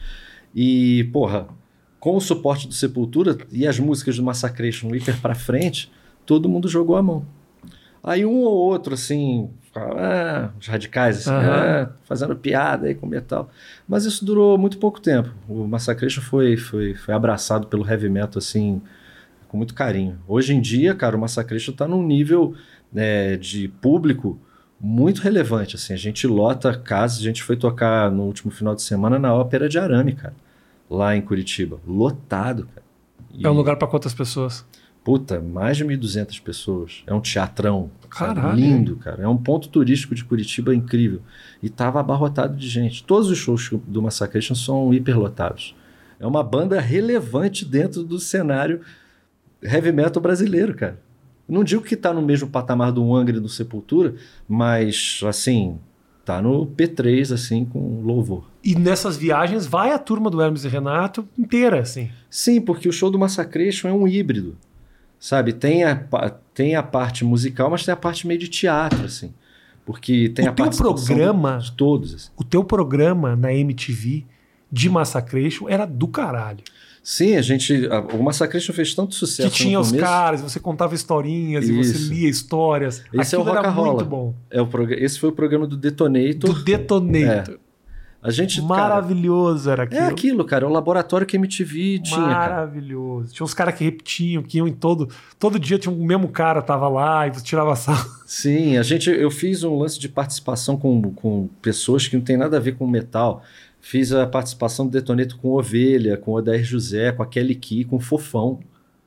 E, porra, com o suporte do Sepultura e as músicas do Massacration hiper pra frente, todo mundo jogou a mão. Aí um ou outro, assim, ah, os radicais, assim, Aham. ah, fazendo piada aí com metal. Mas isso durou muito pouco tempo. O Massacration foi, foi, foi abraçado pelo heavy metal, assim, com muito carinho. Hoje em dia, cara, o Massacration tá num nível né, de público muito relevante, assim. A gente lota casas, a gente foi tocar no último final de semana na Ópera de Arame, cara, lá em Curitiba. Lotado, cara. E, É um lugar pra quantas pessoas? puta, mais de mil e duzentas pessoas. É um teatrão, sabe? Caralho. Lindo, cara. É um ponto turístico de Curitiba incrível. E tava abarrotado de gente. Todos os shows do Massacration são hiperlotados. É uma banda relevante dentro do cenário heavy metal brasileiro, cara. Não digo que tá no mesmo patamar do Angra e do Sepultura, mas, assim, tá no P três, assim, com louvor. E nessas viagens vai a turma do Hermes e Renato inteira, assim? Sim, porque o show do Massacration é um híbrido, sabe? Tem a, tem a parte musical, mas tem a parte meio de teatro, assim. Porque tem o a teu participação programa, de todos. Assim. O teu programa na M T V de Massacration era do caralho. Sim, a gente. A, o Massacration fez tanto sucesso. Que tinha no os começo. caras, você contava historinhas Isso. e você lia histórias. Esse Aquilo é o era Rock-a-Rola. muito bom. É o prog... Esse foi o programa do Detonator. Do Detonator. É. A gente, Maravilhoso cara, era aquilo. É aquilo, cara. É o laboratório que a M T V tinha. Maravilhoso. Cara. Tinha uns caras que repetiam, que iam em todo. Todo dia tinha o mesmo cara, tava lá e você tirava sarro. Sim, a gente, eu fiz um lance de participação com, com pessoas que não tem nada a ver com metal. Fiz a participação do Detonator com Ovelha, com Odair José, com a Kelly Key, com Fofão.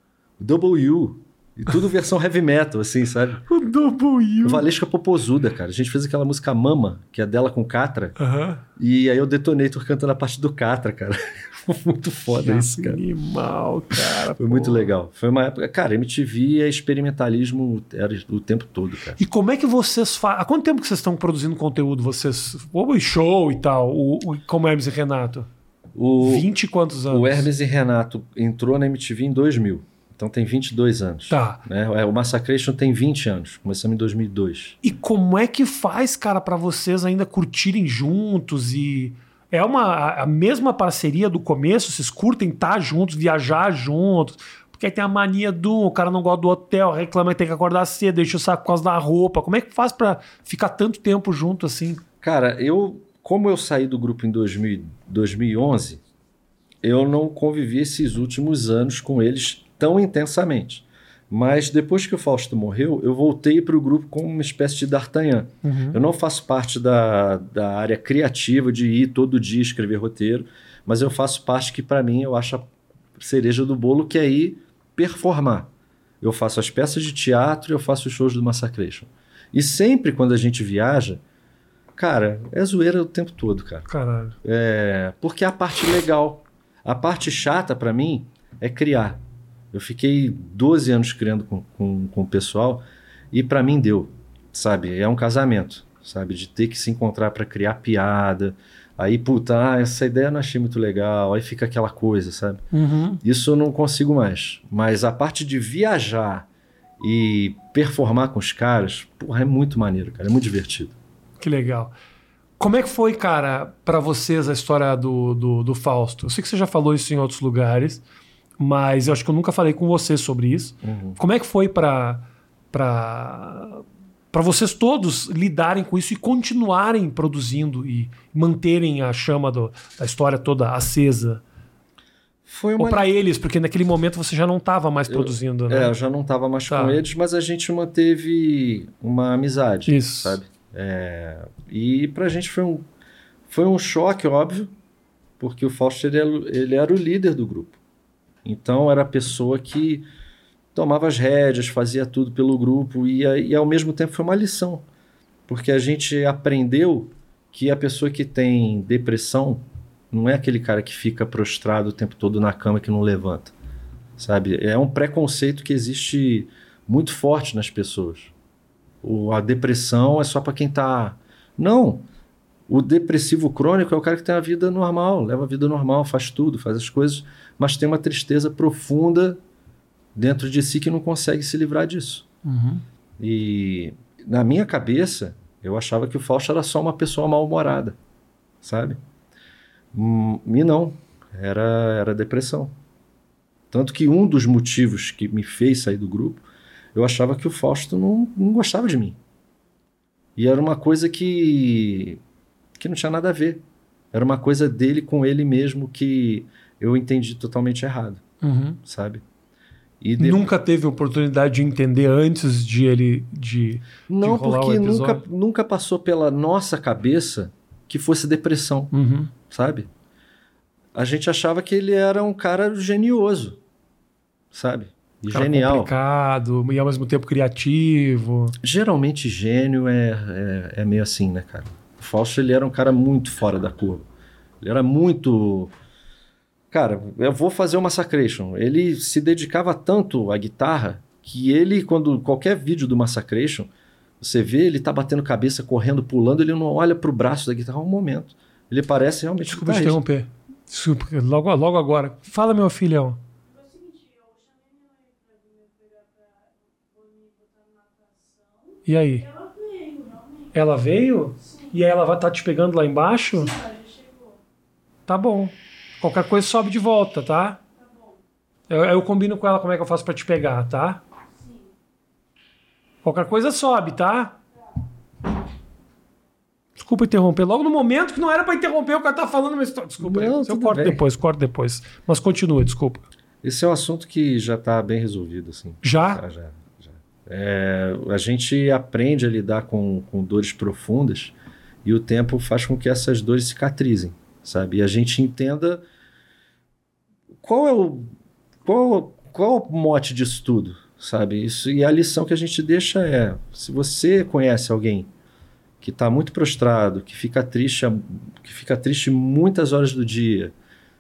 W. E tudo versão heavy metal, assim, sabe? O W. O Valesca Popozuda, cara. A gente fez aquela música Mama, que é dela com Catra. Uhum. E aí o Detonator cantando a parte do Catra, cara. Muito foda que isso, cara. Animal, cara. Foi pô. muito legal. Foi uma época... Cara, M T V é experimentalismo era o tempo todo, cara. E como é que vocês fazem... Há quanto tempo que vocês estão produzindo conteúdo? Vocês... O show e tal, o, o, como Hermes e Renato? O, vinte e quantos anos? O Hermes e Renato entrou na M T V em dois mil. Então tem vinte e dois anos. Tá. Né? O Massacration tem vinte anos. Começamos em dois mil e dois. E como é que faz, cara, pra vocês ainda curtirem juntos e... É uma, a mesma parceria do começo? Vocês curtem estar juntos, viajar juntos? Porque aí tem a mania do... O cara não gosta do hotel, reclama que tem que acordar cedo, deixa o saco por causa da roupa. Como é que faz pra ficar tanto tempo junto assim? Cara, eu... Como eu saí do grupo em dois mil, dois mil e onze, eu não convivi esses últimos anos com eles tão intensamente. Mas depois que o Fausto morreu, eu voltei para o grupo como uma espécie de D'Artagnan. Uhum. Eu não faço parte da, da área criativa de ir todo dia escrever roteiro, mas eu faço parte que, para mim, eu acho a cereja do bolo, que é ir performar. Eu faço as peças de teatro e eu faço os shows do Massacration. E sempre quando a gente viaja, cara, é zoeira o tempo todo, cara. Caralho. É, porque é a parte legal. A parte chata, para mim, é criar. Eu fiquei doze anos criando com, com, com o pessoal e para mim deu, sabe? É um casamento, sabe? De ter que se encontrar para criar piada. Aí, puta, ah, essa ideia eu não achei muito legal. Aí fica aquela coisa, sabe? Uhum. Isso eu não consigo mais. Mas a parte de viajar e performar com os caras, porra, é muito maneiro, cara. É muito divertido. Que legal. Como é que foi, cara, para vocês a história do, do, do Fausto? Eu sei que você já falou isso em outros lugares, mas eu acho que eu nunca falei com você sobre isso. Uhum. Como é que foi para para para vocês todos lidarem com isso e continuarem produzindo e manterem a chama do, da história toda acesa? Foi uma... Ou para eles, porque naquele momento você já não estava mais eu, produzindo, né? É, eu já não estava mais tá. com eles, mas a gente manteve uma amizade, isso. sabe? É, e pra gente foi um, foi um choque, óbvio, porque o Fausto ele, ele era o líder do grupo. Então era a pessoa que tomava as rédeas, fazia tudo pelo grupo e, e ao mesmo tempo foi uma lição, porque a gente aprendeu que a pessoa que tem depressão não é aquele cara que fica prostrado o tempo todo na cama que não levanta, sabe? É um preconceito que existe muito forte nas pessoas. O, a depressão é só para quem tá... Não, o depressivo crônico é o cara que tem a vida normal, leva a vida normal, faz tudo, faz as coisas, mas tem uma tristeza profunda dentro de si que não consegue se livrar disso. Uhum. E na minha cabeça, eu achava que o Fausto era só uma pessoa mal-humorada, sabe? Hum, e não, era, era depressão. Tanto que um dos motivos que me fez sair do grupo, eu achava que o Fausto não, não gostava de mim. E era uma coisa que, que não tinha nada a ver. Era uma coisa dele com ele mesmo que eu entendi totalmente errado, uhum. sabe? E de... Nunca teve oportunidade de entender antes de ele de não de rolar porque o nunca nunca passou pela nossa cabeça que fosse depressão, uhum. sabe? A gente achava que ele era um cara genioso, sabe? E cara genial. Complicado e ao mesmo tempo criativo. Geralmente gênio é, é, é meio assim, né, cara? O Fausto ele era um cara muito fora da curva. Ele era muito... Cara, eu vou fazer o Massacration. Ele se dedicava tanto à guitarra que ele, quando qualquer vídeo do Massacration, Você vê, ele tá batendo cabeça, correndo, pulando, ele não olha pro braço da guitarra um momento. Ele parece realmente... Desculpa te interromper. Desculpa, logo, logo agora. Fala, meu filhão. E aí? Ela veio, realmente. Ela veio? Sim. E aí ela vai estar tá te pegando lá embaixo? Sim, ela já chegou. Tá bom. Qualquer coisa sobe de volta, tá? Tá bom. Eu, eu combino com ela como é que eu faço pra te pegar, tá? Sim. Qualquer coisa sobe, tá? Desculpa interromper. Logo no momento que não era pra interromper, o cara tá falando uma história. Desculpa. Não, eu corto bem. depois, corto depois. Mas continua, desculpa. Esse é um assunto que já tá bem resolvido, assim. Já? Já, já. já. É, a gente aprende a lidar com, com dores profundas e o tempo faz com que essas dores cicatrizem, sabe? E a gente entenda qual é o, qual, qual é o mote disso tudo, sabe? Isso, e a lição que a gente deixa é, se você conhece alguém que está muito prostrado, que fica triste, que fica triste muitas horas do dia,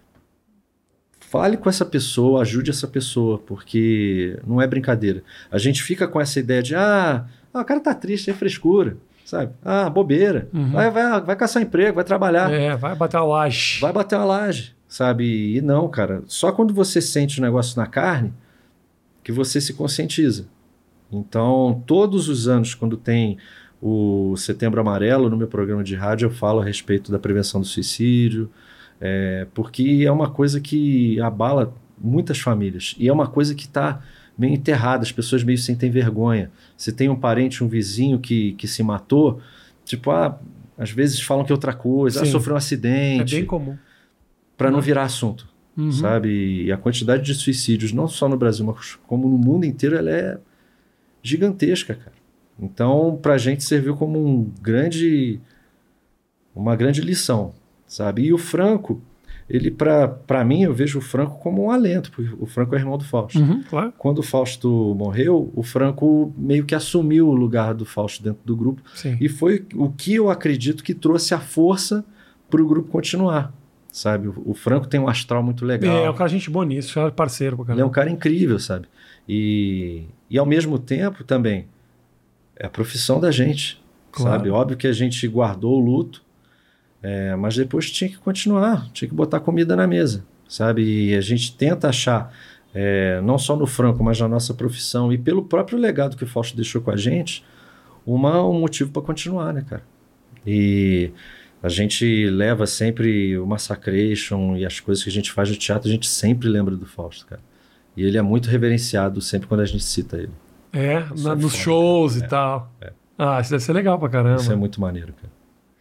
fale com essa pessoa, ajude essa pessoa, porque não é brincadeira. A gente fica com essa ideia de, ah, ah o cara tá triste, é frescura, sabe? Ah, bobeira. Uhum. Vai, vai, vai caçar emprego, vai trabalhar. É, vai bater uma laje. Vai bater uma laje, sabe? E não, cara, só quando você sente o negócio na carne que você se conscientiza. Então, todos os anos, quando tem o Setembro Amarelo, no meu programa de rádio, eu falo a respeito da prevenção do suicídio, é, porque é uma coisa que abala muitas famílias e é uma coisa que está meio enterrada, as pessoas meio sentem vergonha. Você tem um parente, um vizinho que, que se matou, tipo, ah, às vezes falam que é outra coisa, ah, sofreu um acidente. É bem comum. Para não virar assunto, uhum. sabe? E a quantidade de suicídios, não só no Brasil, mas como no mundo inteiro, ela é gigantesca, cara. Então, para a gente serviu como um grande, uma grande lição, sabe? E o Franco, ele, para mim, eu vejo o Franco como um alento, porque o Franco é irmão do Fausto. Uhum, claro. Quando o Fausto morreu, o Franco meio que assumiu o lugar do Fausto dentro do grupo. Sim. E foi o que eu acredito que trouxe a força para o grupo continuar, sabe? O, o Franco tem um astral muito legal. É, é um cara gente boa nisso, é parceiro. Pra ele é um cara incrível, sabe? E, e ao mesmo tempo também, é a profissão da gente, claro. Sabe? Óbvio que a gente guardou o luto, é, mas depois tinha que continuar, tinha que botar comida na mesa, sabe? E a gente tenta achar, é, não só no Franco, mas na nossa profissão e pelo próprio legado que o Fausto deixou com a gente, uma, um motivo para continuar, né, cara? E a gente leva sempre o Massacration e as coisas que a gente faz no teatro, a gente sempre lembra do Fausto, cara. E ele é muito reverenciado sempre quando a gente cita ele. É, na, é nos foda, shows cara. E é, tal. É. Ah, isso deve ser legal pra caramba. Isso é muito maneiro, cara.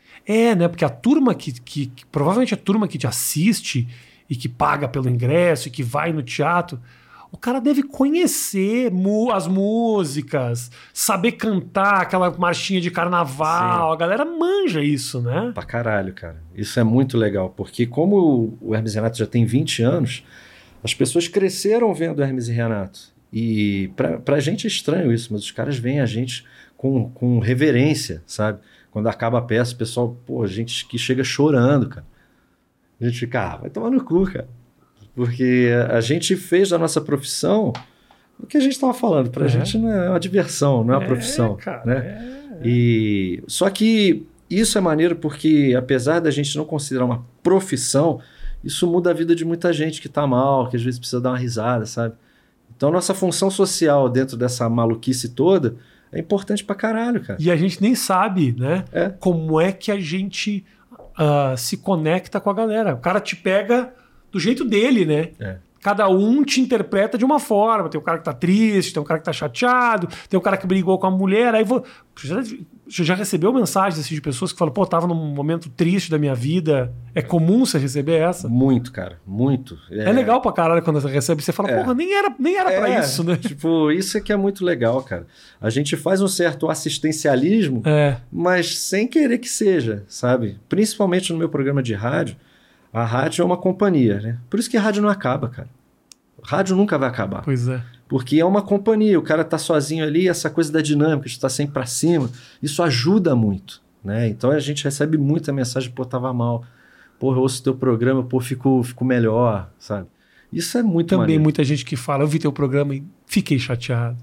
É, né? Porque a turma que, que, que... Provavelmente a turma que te assiste e que paga pelo ingresso e que vai no teatro, o cara deve conhecer mu- as músicas, saber cantar aquela marchinha de carnaval. Sim. A galera manja isso, né? Pra caralho, cara. Isso é muito legal, porque como o Hermes e Renato já tem vinte anos, as pessoas cresceram vendo Hermes e Renato. E pra, pra gente é estranho isso, mas os caras veem a gente com, com reverência, sabe? Quando acaba a peça, o pessoal, pô, a gente que chega chorando, cara. A gente fica, ah, vai tomar no cu, cara. Porque a gente fez da nossa profissão o que a gente estava falando. Pra é. gente não é uma diversão, não é uma é, profissão. Cara, né? É, é. E, só que isso é maneiro porque, apesar da gente não considerar uma profissão, isso muda a vida de muita gente que tá mal, que às vezes precisa dar uma risada, sabe? Então, nossa função social dentro dessa maluquice toda é importante pra caralho, cara. E a gente nem sabe, né? É. Como é que a gente uh, se conecta com a galera. O cara te pega do jeito dele, né? É. Cada um te interpreta de uma forma. Tem um cara que tá triste, tem um cara que tá chateado, tem um cara que brigou com a mulher. Aí vou... Você já recebeu mensagens assim, de pessoas que falam, pô, tava num momento triste da minha vida. É comum você receber essa? Muito, cara. Muito. É, é legal pra caralho quando você recebe. Você fala, é. porra, nem era, nem era é. pra isso, né? Tipo, isso é que é muito legal, cara. A gente faz um certo assistencialismo, é. mas sem querer que seja, sabe? Principalmente no meu programa de rádio. A rádio é uma companhia, né? Por isso que a rádio não acaba, cara. A rádio nunca vai acabar. Pois é. Porque é uma companhia, o cara tá sozinho ali, essa coisa da dinâmica, de estar sempre pra cima, isso ajuda muito, né? Então a gente recebe muita mensagem, pô, tava mal, pô, eu ouço teu programa, pô, fico, fico melhor, sabe? Isso é muito Também maneiro. Muita gente que fala, eu vi teu programa e fiquei chateado.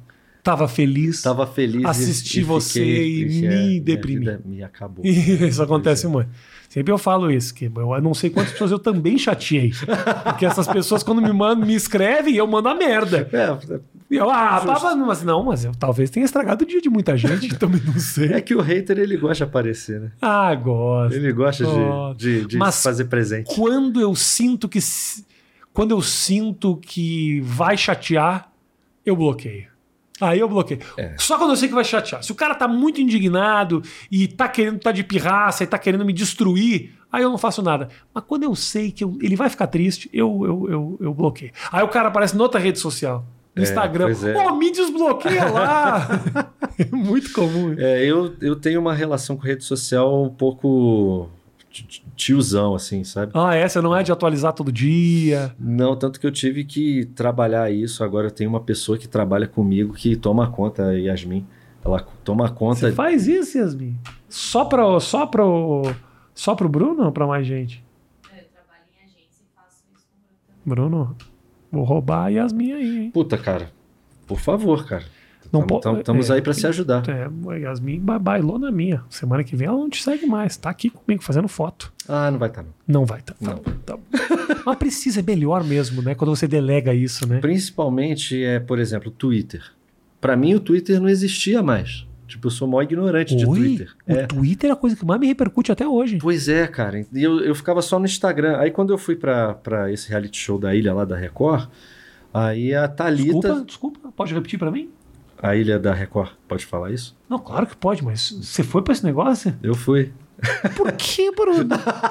tava feliz. Tava feliz. Assisti e, e você fiquei, e fiquei, me minha deprimi. vida Me acabou. Isso acontece Pois é. muito. Sempre eu falo isso, que eu não sei quantas pessoas eu também chateei. Porque essas pessoas, quando me mandam, me escrevem, eu mando a merda. É, E eu, ah, Justo. tava. Mas não, mas eu talvez tenha estragado o dia de muita gente, também não sei. é que o hater, ele gosta de aparecer, né? Ah, gosto. Ele gosta de, Gosto. de, de Mas se fazer presente. Quando eu sinto que. se- Quando eu sinto que vai chatear, eu bloqueio. Aí eu bloqueio. É. Só quando eu sei que vai chatear. Se o cara tá muito indignado e tá querendo tá de pirraça e tá querendo me destruir, aí eu não faço nada. Mas quando eu sei que eu- ele vai ficar triste, eu, eu, eu, eu bloqueio. Aí o cara aparece noutra rede social. No É, Instagram. pois é. Pô, me desbloqueia lá. É muito comum. É, eu, eu tenho uma relação com rede social um pouco tiozão, assim, sabe? Ah, essa não é de atualizar todo dia. Não, tanto que eu tive que trabalhar isso. Agora eu tenho uma pessoa que trabalha comigo que toma conta, a Yasmin. Ela toma conta. Você faz isso, Yasmin? Só pro, só pro, só pro Bruno ou pra mais gente? Eu trabalho em agência e faço isso com o Bruno também. Bruno, vou roubar a Yasmin aí, hein? Puta, cara, por favor, cara. Não Tam- po- tam- Estamos é, aí pra se ajudar. É, a Yasmin ba- bailou na minha. Semana que vem ela não te segue mais. Tá aqui comigo fazendo foto. Ah, não vai estar, não. Não vai, tá. tá Não. bom, tá bom. Mas precisa, é melhor mesmo, né? Quando você delega isso, né? Principalmente, é, por exemplo, o Twitter. Pra mim, o Twitter não existia mais. Tipo, eu sou mó ignorante de Oi? Twitter. O É. Twitter é a coisa que mais me repercute até hoje. Pois é, cara. E eu, eu ficava só no Instagram. Aí quando eu fui pra, pra esse reality show da Ilha lá da Record, aí a Thalita... Desculpa, desculpa. Pode repetir pra mim? A Ilha da Record, pode falar isso? Não, claro que pode, mas você foi pra esse negócio? Eu fui. Por que, Bruno?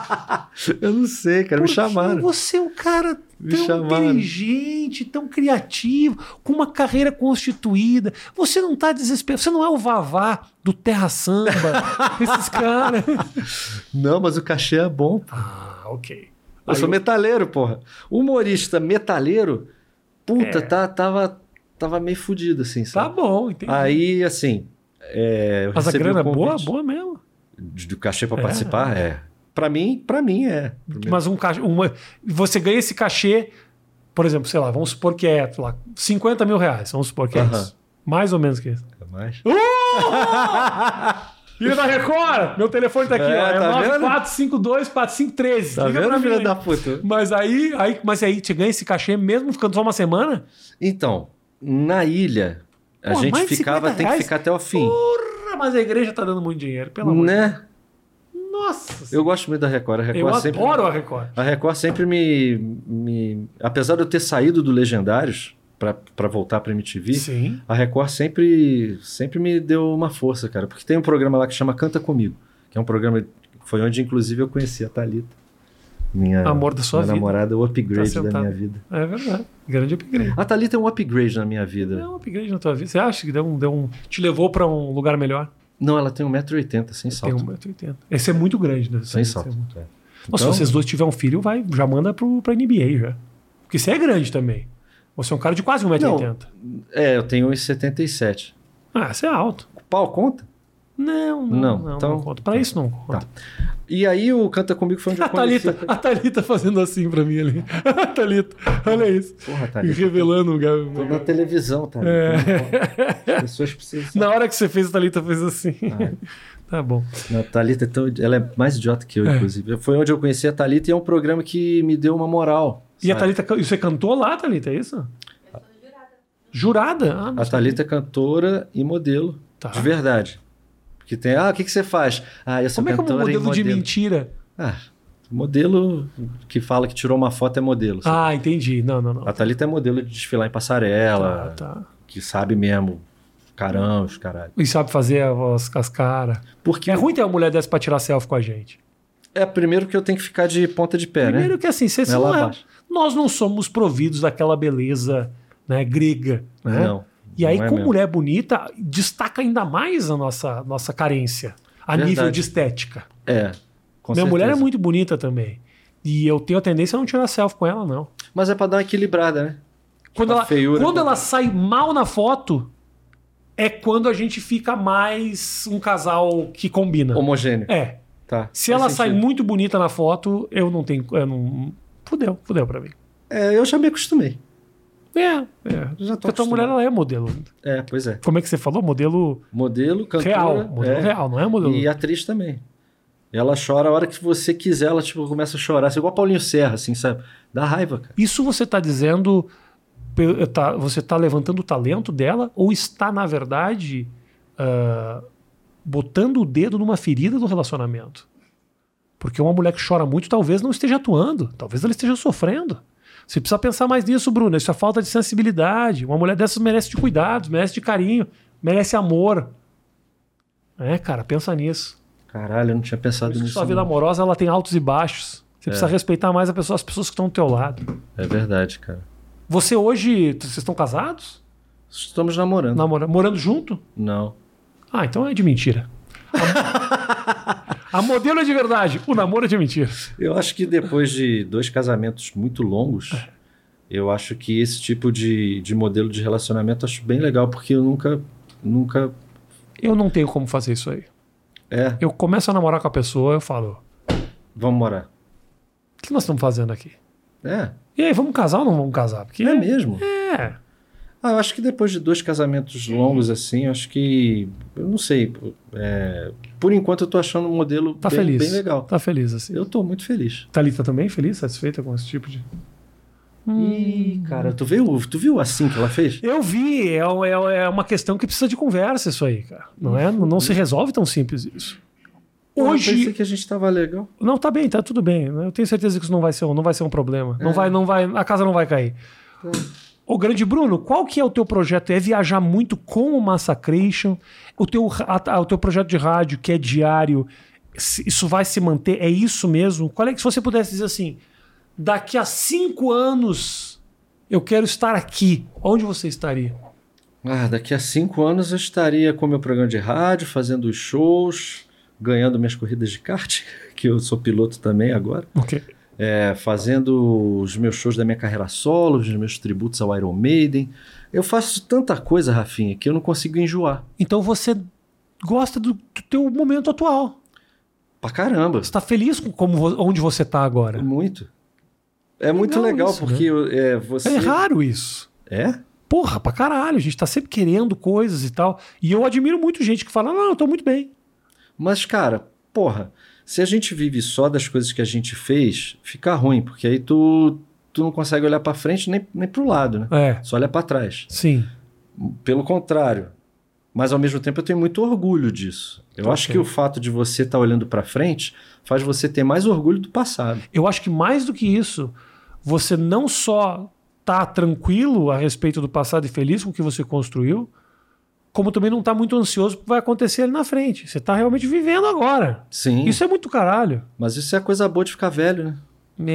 Eu não sei, cara. Me Porque chamaram. você é um cara Me tão chamaram. inteligente, tão criativo, com uma carreira constituída. Você não tá desesperado. Você não é o Vavá do Terra Samba. Esses caras. Não, mas o cachê é bom. Pô. Ah, ok. Eu Aí sou eu- metaleiro, porra. Humorista metaleiro, puta, É. tá, tava, tava meio fudido, assim, Tá sabe? bom, entendi. Aí, assim, é, eu Mas a recebi grana o é boa, convite boa mesmo. de- do cachê pra É. participar, é. Pra mim, pra mim é. Pra mim- Mas um cachê, uma, você ganha esse cachê, por exemplo, sei lá, vamos supor que é lá, cinquenta mil reais. Vamos supor que é Aham. isso. Mais ou menos que isso. É mais. Liga da Record! Meu telefone tá aqui, É, ó. É tá nove vendo? quatro cinco dois quatro cinco um três. Tá Liga pra vendo, mim filho aí. da puta? Mas aí, aí, mas aí você ganha esse cachê mesmo ficando só uma semana? Então, na ilha, a Pô, gente mais de ficava, cinquenta tem que reais? ficar até o fim. Porra, mas a igreja tá dando muito dinheiro, pelo amor de Né? Deus. Nossa Eu gosto muito da Record. A Eu Record sempre. adoro a Record. A Record sempre me, me. Apesar de eu ter saído do Legendários pra, pra voltar pra M T V, Sim. a Record sempre, sempre me deu uma força, cara. Porque tem um programa lá que chama Canta Comigo, que é um programa que foi onde, inclusive, eu conheci a Thalita. Minha, Amor da sua minha vida. namorada, o upgrade Tá da sentado. minha vida. É verdade. Grande upgrade. A Thalita é um upgrade na minha vida. É um upgrade na tua vida. Você acha que deu um, deu um, te levou pra um lugar melhor? Não, ela tem um metro e oitenta, sem Tem salto. um metro e oitenta. Esse é muito grande, né? Sem Esse é salto. muito- é. Nossa, Então- se vocês dois tiverem um filho, vai, já manda pro, pra N B A já. Porque você é grande também. Você é um cara de quase um metro e oitenta. É, eu tenho uns setenta e sete. Ah, você é alto. O pau conta? Não, não, Não, não, não, então- conta. Pra isso não conta. E aí o Canta Comigo foi onde eu A Thalita, conheci. a Thalita fazendo assim pra mim ali. A Thalita, olha isso. Porra, E Thalita. revelando o Tô na Gabi. televisão, tá? É. As pessoas precisam. Na hora que você fez, a Thalita fez assim. Ah, Tá bom. a Thalita é tão... ela é mais idiota que eu, É. inclusive. Foi onde eu conheci a Thalita e é um programa que me deu uma moral. E a sabe? Thalita, e você cantou lá, Thalita, é isso? Eu sou jurada. Jurada? Ah, não A sabia. Thalita é cantora e modelo. Tá. De verdade. Porque tem, ah, o que, que você faz? Ah, eu sou Como é que é um cantora e modelo de modelo. mentira? Ah, modelo que fala que tirou uma foto é modelo. sabe? Ah, entendi. Não, não, não. A Thalita é modelo de desfilar em passarela, Tá, tá. que sabe mesmo, caramba, os caralho. E sabe fazer as, as caras. Porque É ruim ter uma mulher dessa pra tirar selfie com a gente. é primeiro que eu tenho que ficar de ponta de pé, Primeiro né? que assim, você, você É lá não é- abaixo. nós não somos providos daquela beleza, né, grega. Né? Não. E aí, não é com mesmo. mulher bonita, destaca ainda mais a nossa, nossa carência. A Verdade. nível de estética. É. Com Minha mulher é certeza. muito bonita também. E eu tenho a tendência a não tirar selfie com ela, não. Mas é pra dar uma equilibrada, né? Quando, A ela, feiura quando com- ela sai mal na foto, é quando a gente fica mais um casal que combina. Homogêneo. É. Tá. Se Faz ela sai sentido. muito bonita na foto, eu não tenho. Eu não... Fudeu, fudeu pra mim. É, eu já me acostumei. É, é. Já tô Porque a tua mulher, acostumado. ela é modelo. É, pois é. Como é que você falou? Modelo Modelo, cantora. real. Modelo é, real, não é modelo... E atriz também. Ela chora a hora que você quiser, ela tipo, começa a chorar. Assim, igual Paulinho Serra, assim, sabe? Dá raiva, cara. Isso você está dizendo... pe- tá- você está levantando o talento dela ou está, na verdade, ah, botando o dedo numa ferida do relacionamento? Porque uma mulher que chora muito talvez não esteja atuando. Talvez ela esteja sofrendo. Você precisa pensar mais nisso, Bruno. Isso é falta de sensibilidade. Uma mulher dessas merece de cuidados, merece de carinho, merece amor. É, cara, pensa nisso. Caralho, eu não tinha Por pensado isso que nisso. sua vida não. amorosa ela tem altos e baixos. Você precisa respeitar mais a pessoa, as pessoas que estão do teu lado. É verdade, cara. Você hoje, vocês estão casados? Estamos namorando. Namora, morando junto? Não. Ah, então é de mentira. A, a modelo é de verdade, o namoro é de mentira. Eu acho que depois de dois casamentos muito longos, eu acho que esse tipo de, de modelo de relacionamento eu acho bem legal, porque eu nunca, nunca... Eu não tenho como fazer isso aí. É, Eu começo a namorar com a pessoa, eu falo, vamos morar. o que nós estamos fazendo aqui? É, E aí, vamos casar ou não vamos casar? Porque é mesmo. É. Ah, eu acho que depois de dois casamentos longos assim, eu acho que... Eu não sei. é, por enquanto eu tô achando um modelo Tá bem, feliz. bem legal. Tá feliz, assim. Eu tô muito feliz. Thalita também feliz, satisfeita com esse tipo de... Ih, cara, tu viu, tu viu assim que ela fez? Eu vi, é, é, é uma questão que precisa de conversa isso aí, cara. Não, é, não, não se resolve tão simples isso. Eu pensei Hoje... que a gente tava legal. Não, tá bem, tá tudo bem. Eu tenho certeza que isso não vai ser, um- não vai ser um problema. Não É. vai, não vai, a casa não vai cair. Ô, grande Bruno, qual que é o teu projeto? É viajar muito com o Massacration? O teu, a- a- o teu projeto de rádio, que é diário, se- isso vai se manter? É isso mesmo? Qual é que, se você pudesse dizer assim, daqui a cinco anos eu quero estar aqui, onde você estaria? Ah, daqui a cinco anos eu estaria com meu programa de rádio, fazendo os shows, ganhando minhas corridas de kart, que eu sou piloto também agora. Ok. É, fazendo os meus shows da minha carreira solo, os meus tributos ao Iron Maiden. Eu faço tanta coisa, Rafinha, que eu não consigo enjoar. Então você gosta do, do teu momento atual. Pra caramba. Você está feliz com como, vo- onde você está agora? Muito. É muito legal, isso, porque é, você... É raro isso. É? Porra, pra caralho. A gente tá sempre querendo coisas e tal. E eu admiro muito gente que fala, não, eu tô muito bem. Mas, cara, porra, se a gente vive só das coisas que a gente fez, fica ruim, porque aí tu, tu não consegue olhar pra frente nem, nem pro lado, né? É, Só olha pra trás. sim. Pelo contrário. Mas, ao mesmo tempo, eu tenho muito orgulho disso. Eu Ok. acho que o fato de você estar olhando pra frente faz você ter mais orgulho do passado. Eu acho que mais do que isso, você não só tá tranquilo a respeito do passado e feliz com o que você construiu, como também não tá muito ansioso porque vai acontecer ali na frente. Você tá realmente vivendo agora. Sim, Isso é muito caralho. mas isso é a coisa boa de ficar velho, né?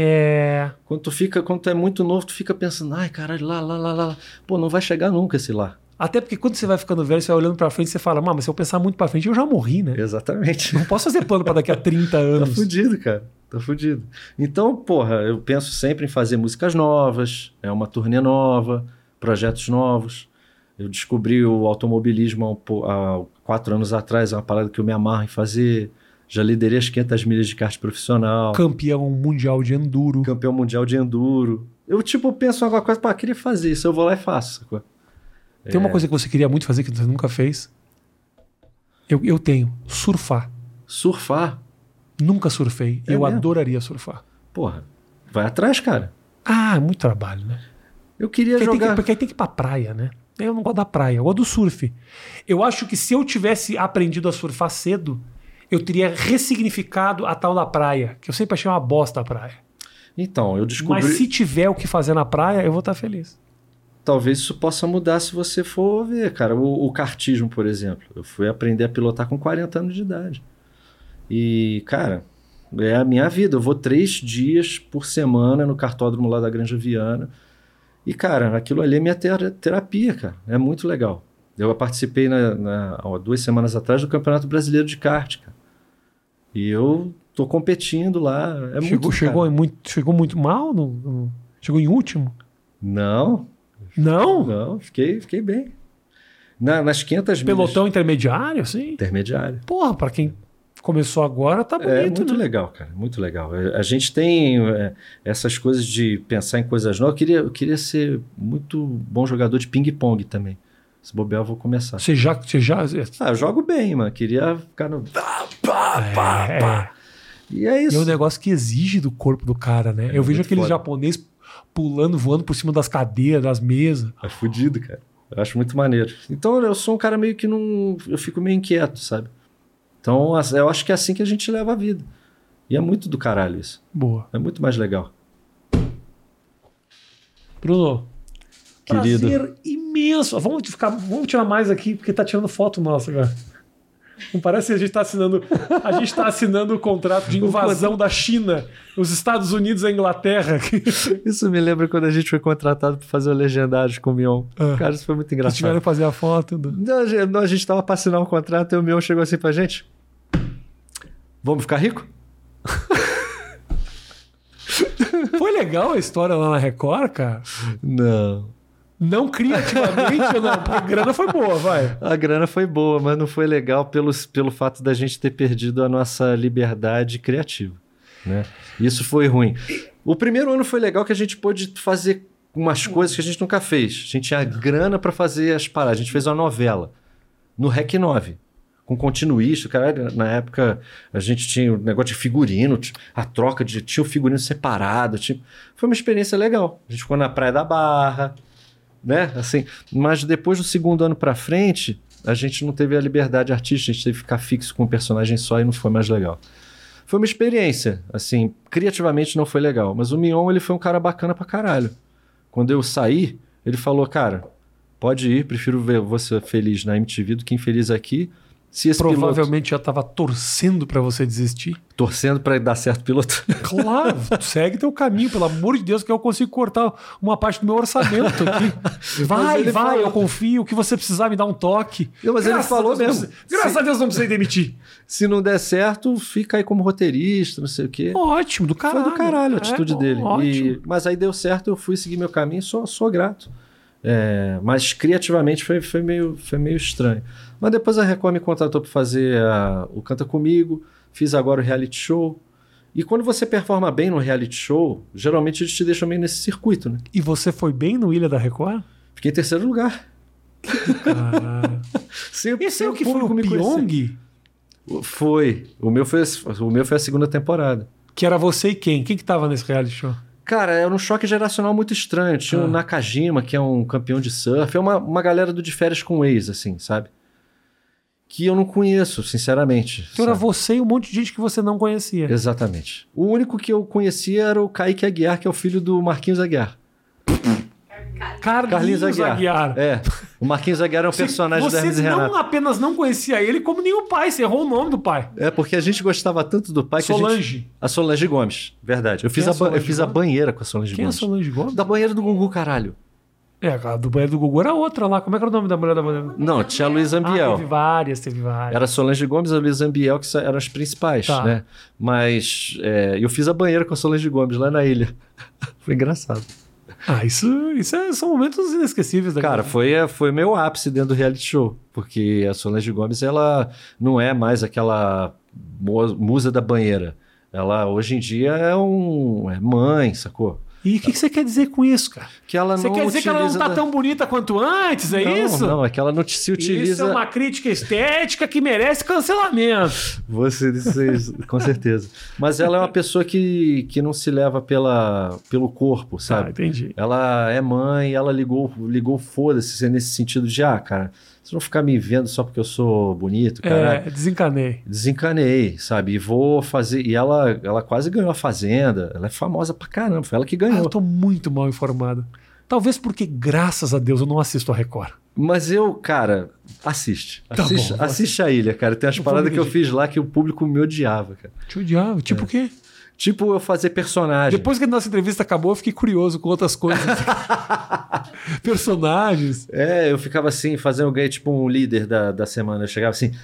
É... Quando tu fica, quando tu é muito novo, tu fica pensando, ai, caralho, lá, lá, lá, lá. Pô, não vai chegar nunca esse lá. Até porque quando você vai ficando velho, você vai olhando pra frente e você fala, mas se eu pensar muito pra frente, eu já morri, né? Exatamente. Não posso fazer plano pra daqui a trinta Tá anos. fudido, cara. Tá fudido. Então, porra, eu penso sempre em fazer músicas novas, é uma turnê nova, projetos novos. Eu descobri o automobilismo há, um po- há quatro anos atrás, é uma parada que eu me amarro em fazer. Já liderei as quinhentas milhas de kart profissional, Campeão mundial de enduro. campeão mundial de enduro. Eu, tipo, penso em alguma coisa, pá, queria fazer isso, eu vou lá e faço. Sacou? Tem uma coisa que você queria muito fazer que você nunca fez? Eu, eu tenho. Surfar. Surfar, Nunca surfei. É eu mesmo? adoraria surfar. porra, vai atrás, cara. Ah, é muito trabalho, né? Eu queria Porque, aí tem jogar... que, porque aí tem que ir pra praia, né? Eu não gosto da praia, eu gosto do surf. Eu acho que se eu tivesse aprendido a surfar cedo, eu teria ressignificado a tal da praia, que eu sempre achei uma bosta a praia. Então, eu descobri... Mas se tiver o que fazer na praia, eu vou estar feliz. Talvez isso possa mudar se você for ver, cara. O, o kartismo, por exemplo. Eu fui aprender a pilotar com quarenta anos de idade. E, cara, é a minha vida. Eu vou três dias por semana no kartódromo lá da Granja Viana. E, cara, aquilo ali é minha ter- terapia, cara. É muito legal. Eu participei na, na, há duas semanas atrás do Campeonato Brasileiro de Kart, cara. E eu tô competindo lá. É chegou, muito, chegou, cara. em muito, chegou muito mal? No, no- chegou em último? Não, Não? não. Fiquei, fiquei bem. Na, nas quinhentas milhas... Pelotão intermediário, assim? Intermediário. Porra, pra quem Começou agora, tá bonito, É muito né? legal, cara, muito legal. A gente tem é, essas coisas de pensar em coisas novas. Eu queria, eu queria ser muito bom jogador de ping-pong também. Se bobear, eu vou começar. Você já... Você já... Ah, eu jogo bem, mano. Queria ficar no... Pá, pá, pá, É, pá. E é E isso. é um negócio que exige do corpo do cara, né? É Eu vejo muito aqueles foda. japoneses pulando, voando por cima das cadeiras, das mesas. É fudido, cara. Eu acho muito maneiro. Então, eu sou um cara meio que não... Eu fico meio inquieto, sabe? Então, eu acho que é assim que a gente leva a vida. E é muito do caralho isso. Boa. É muito mais legal. Bruno, Querido. prazer imenso. Vamos, ficar, vamos tirar mais aqui, porque tá tirando foto nossa, cara. Não parece que a gente tá assinando. A gente tá assinando o contrato de invasão da China, os Estados Unidos e a Inglaterra. Isso me lembra quando a gente foi contratado para fazer o Legendários com o Mion. Ah. Cara, isso foi muito Eles engraçado. tiveram que fazer a foto. Do... Não, a gente- não, a gente tava para assinar um contrato e o Mion chegou assim pra gente. Vamos ficar rico? Foi legal a história lá na Record, cara. Não. Não criativamente ou não, porque a grana foi boa, vai. A grana foi boa, mas não foi legal pelo, pelo fato da gente ter perdido a nossa liberdade criativa, né? Isso foi ruim. O primeiro ano foi legal que a gente pôde fazer umas coisas que a gente nunca fez. A gente tinha grana para fazer as paradas. A gente fez uma novela no Rec nove, com continuista. Cara, na época a gente tinha o um negócio de figurino, a troca de... Tinha o figurino separado. Tinha... Foi uma experiência legal. A gente ficou na Praia da Barra, né? Assim, mas depois do segundo ano pra frente, a gente não teve a liberdade artística, a gente teve que ficar fixo com um personagem só e não foi mais legal. Foi uma experiência, assim, criativamente não foi legal, mas o Mion, ele foi um cara bacana pra caralho. Quando eu saí, ele falou, cara, pode ir, prefiro ver você feliz na M T V do que infeliz aqui. Se esse Provavelmente já tava torcendo pra você desistir. piloto, torcendo pra dar certo o piloto. Claro, segue teu caminho, pelo amor de Deus, que eu consigo cortar uma parte do meu orçamento aqui. Vai, ele vai, falou- eu confio. O que você precisar, me dá um toque. Não, mas ele Graças falou a Deus não mesmo. precisa- Graças a Deus não precisei demitir. Se não der certo, fica aí como roteirista, não sei o quê. Ótimo, do caralho. Foi do caralho a É, atitude dele. Ótimo. E- mas aí deu certo, eu fui seguir meu caminho, sou, sou grato. É, mas criativamente foi, foi, meio, foi meio estranho. Mas depois a Record me contratou para fazer a- o Canta Comigo, fiz agora o reality show. E quando você performa bem no reality show, geralmente eles te deixam meio nesse circuito, né? E você foi bem no Ilha da Record? Fiquei em terceiro lugar. Caralho. Sem, Esse sem é o que foi o me conhecer. Pyong? Foi. O meu foi, o meu foi a segunda temporada. Que era você e quem? Quem que tava nesse reality show? Cara, era um choque geracional muito estranho. Tinha Ah. o Nakajima, que é um campeão de surf. É uma, uma galera do de férias com o ex, assim, sabe? Que eu não conheço, sinceramente. Então era sabe? você e um monte de gente que você não conhecia. Exatamente. O único que eu conhecia era o Kaique Aguiar, que é o filho do Marquinhos Aguiar. Carlinhos, Carlinhos Aguiar. Aguiar. É. O Marquinhos Aguiar é um personagem você da Hermes e Renato. não apenas não conhecia ele, como nem o pai. Você errou o nome do pai. É porque a gente gostava tanto do pai que a gente... Solange. A Solange Gomes, verdade. Eu fiz, Quem é a, ba- eu Solange fiz a Gomes? banheira com a Solange Quem é a Gomes. Solange Gomes? Da banheira do Gugu, caralho. É, a do banheiro do Gugu era outra lá. Como é que era o nome da mulher da banheira? Não, tinha a Luísa Ah, Ambiel. teve várias, teve várias. Era a Solange Gomes e a Luísa Ambiel, que sa- eram as principais, Tá. né? Mas é, eu fiz a banheira com a Solange Gomes lá na ilha. Foi engraçado. Ah, isso, isso é- são momentos inesquecíveis da Cara, foi, é, foi meu ápice dentro do reality show. Porque a Solange Gomes, ela não é mais aquela mu- musa da banheira. Ela, hoje em dia, é um é mãe, sacou? E o que, que você quer dizer com isso, cara? Que ela Você não quer dizer que ela não utiliza tá da- tão bonita quanto antes, é não, isso? Não, é que ela não te- se utiliza... Isso é uma crítica estética que merece cancelamento. Você disse isso, com certeza. Mas ela é uma pessoa que, que não se leva pela, pelo corpo, Ah, sabe? entendi. Ela é mãe, ela ligou, ligou foda-se, nesse sentido de, ah, cara, vocês vão ficar me vendo só porque eu sou bonito, caralho. É, desencanei. Desencanei, sabe? E vou fazer. E ela, ela quase ganhou a Fazenda. Ela é famosa pra caramba, foi ela que Ah, ganhou. eu tô muito mal informado. Talvez porque, graças a Deus, eu não assisto a Record. Mas eu, cara, assiste. Tá Assiste, bom, vou assiste a ilha, cara. Tem umas Eu vou paradas me que eu dedicar. fiz lá que o público me odiava, cara. Te odiava. Tipo o quê? Tipo, eu fazer personagem. Depois que a nossa entrevista acabou, eu fiquei curioso com outras coisas. Personagens. É, eu ficava assim, fazendo ganho, tipo um líder da, da semana. Eu chegava assim.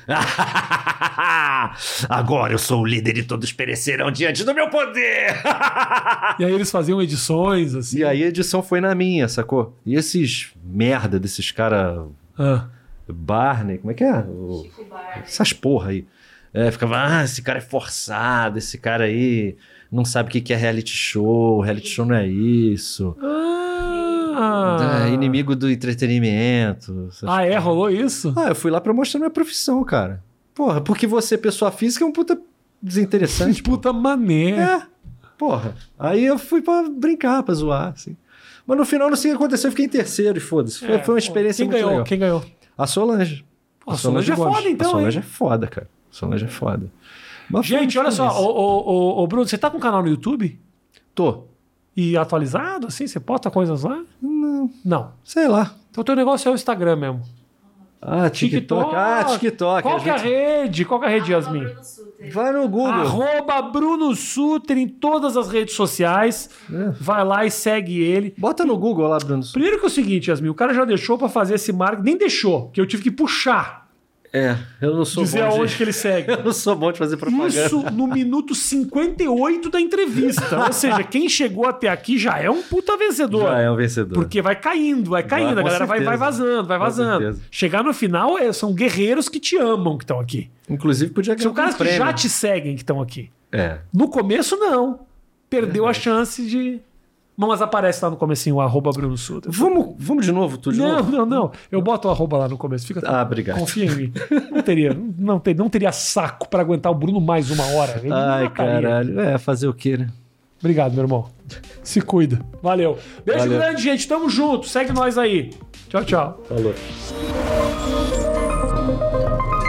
Agora eu sou o líder e todos perecerão diante do meu poder. E aí eles faziam edições, assim. E aí a edição foi na minha, sacou? E esses merda desses caras. Ah. Barney, como é que é? O- Chico Barney. Essas porra aí. É, ficava, ah, esse cara é forçado, esse cara aí não sabe o que que é reality show, reality show não é isso. Ah, É, inimigo do entretenimento. ah é? Rolou isso? Ah, eu fui lá pra mostrar minha profissão, cara. Porra, porque você, pessoa física, é um puta desinteressante. Puta mané. É, porra. Aí eu fui pra brincar, pra zoar, assim. Mas no final, não sei o que aconteceu, eu fiquei em terceiro e foda-se. Foi, É, foi uma experiência Quem muito ganhou? legal. Quem ganhou? A Solange. Pô, a Solange é Gomes. foda, então, A Solange hein? é foda, cara. A Solange é foda. Mas foi Gente, uma olha só. experiência. Ô, ô, ô, ô, Bruno, você tá com um canal no YouTube? Tô. E atualizado, assim? Você bota coisas lá? Não, Não. sei lá. Então o teu negócio é o Instagram mesmo. Ah, TikTok. Ah, TikTok. Qual a que é a gente- rede? Qual que é a rede, Arroba Yasmin? Bruno Suter. Vai no Google. Arroba Bruno Suter em todas as redes sociais. É. Vai lá e segue ele. Bota no Google lá, Bruno. Primeiro que é o seguinte, Yasmin, o cara já deixou pra fazer esse marketing, nem deixou, que eu tive que puxar, É, eu não sou dizer bom aonde de... que ele segue. Eu não sou bom de fazer propaganda. Isso no minuto cinquenta e oito da entrevista. Ou seja, quem chegou até aqui já é um puta vencedor. Já é um vencedor. Porque vai caindo, vai caindo, Vai, a com galera vai, vai certeza. vazando, vai Com vazando. certeza. Chegar no final, é, são guerreiros que te amam que estão aqui. Inclusive, podia ganhar São um caras que prêmio. já te seguem que estão aqui. É. No começo, não. Perdeu a chance de... Mas aparece lá no comecinho, o arroba Bruno Suter. Vamos, vamos de novo, tu de Não, novo? não, não. Eu boto o arroba lá no começo. Fica Ah, obrigado. Confia em mim. Não teria, não, ter, não teria saco pra aguentar o Bruno mais uma hora. Ele me Ai, mataria. caralho. É, fazer o quê, né? Obrigado, meu irmão. Se cuida. Valeu. Beijo Valeu. grande, gente. Tamo junto. Segue nós aí. Tchau, tchau. Falou.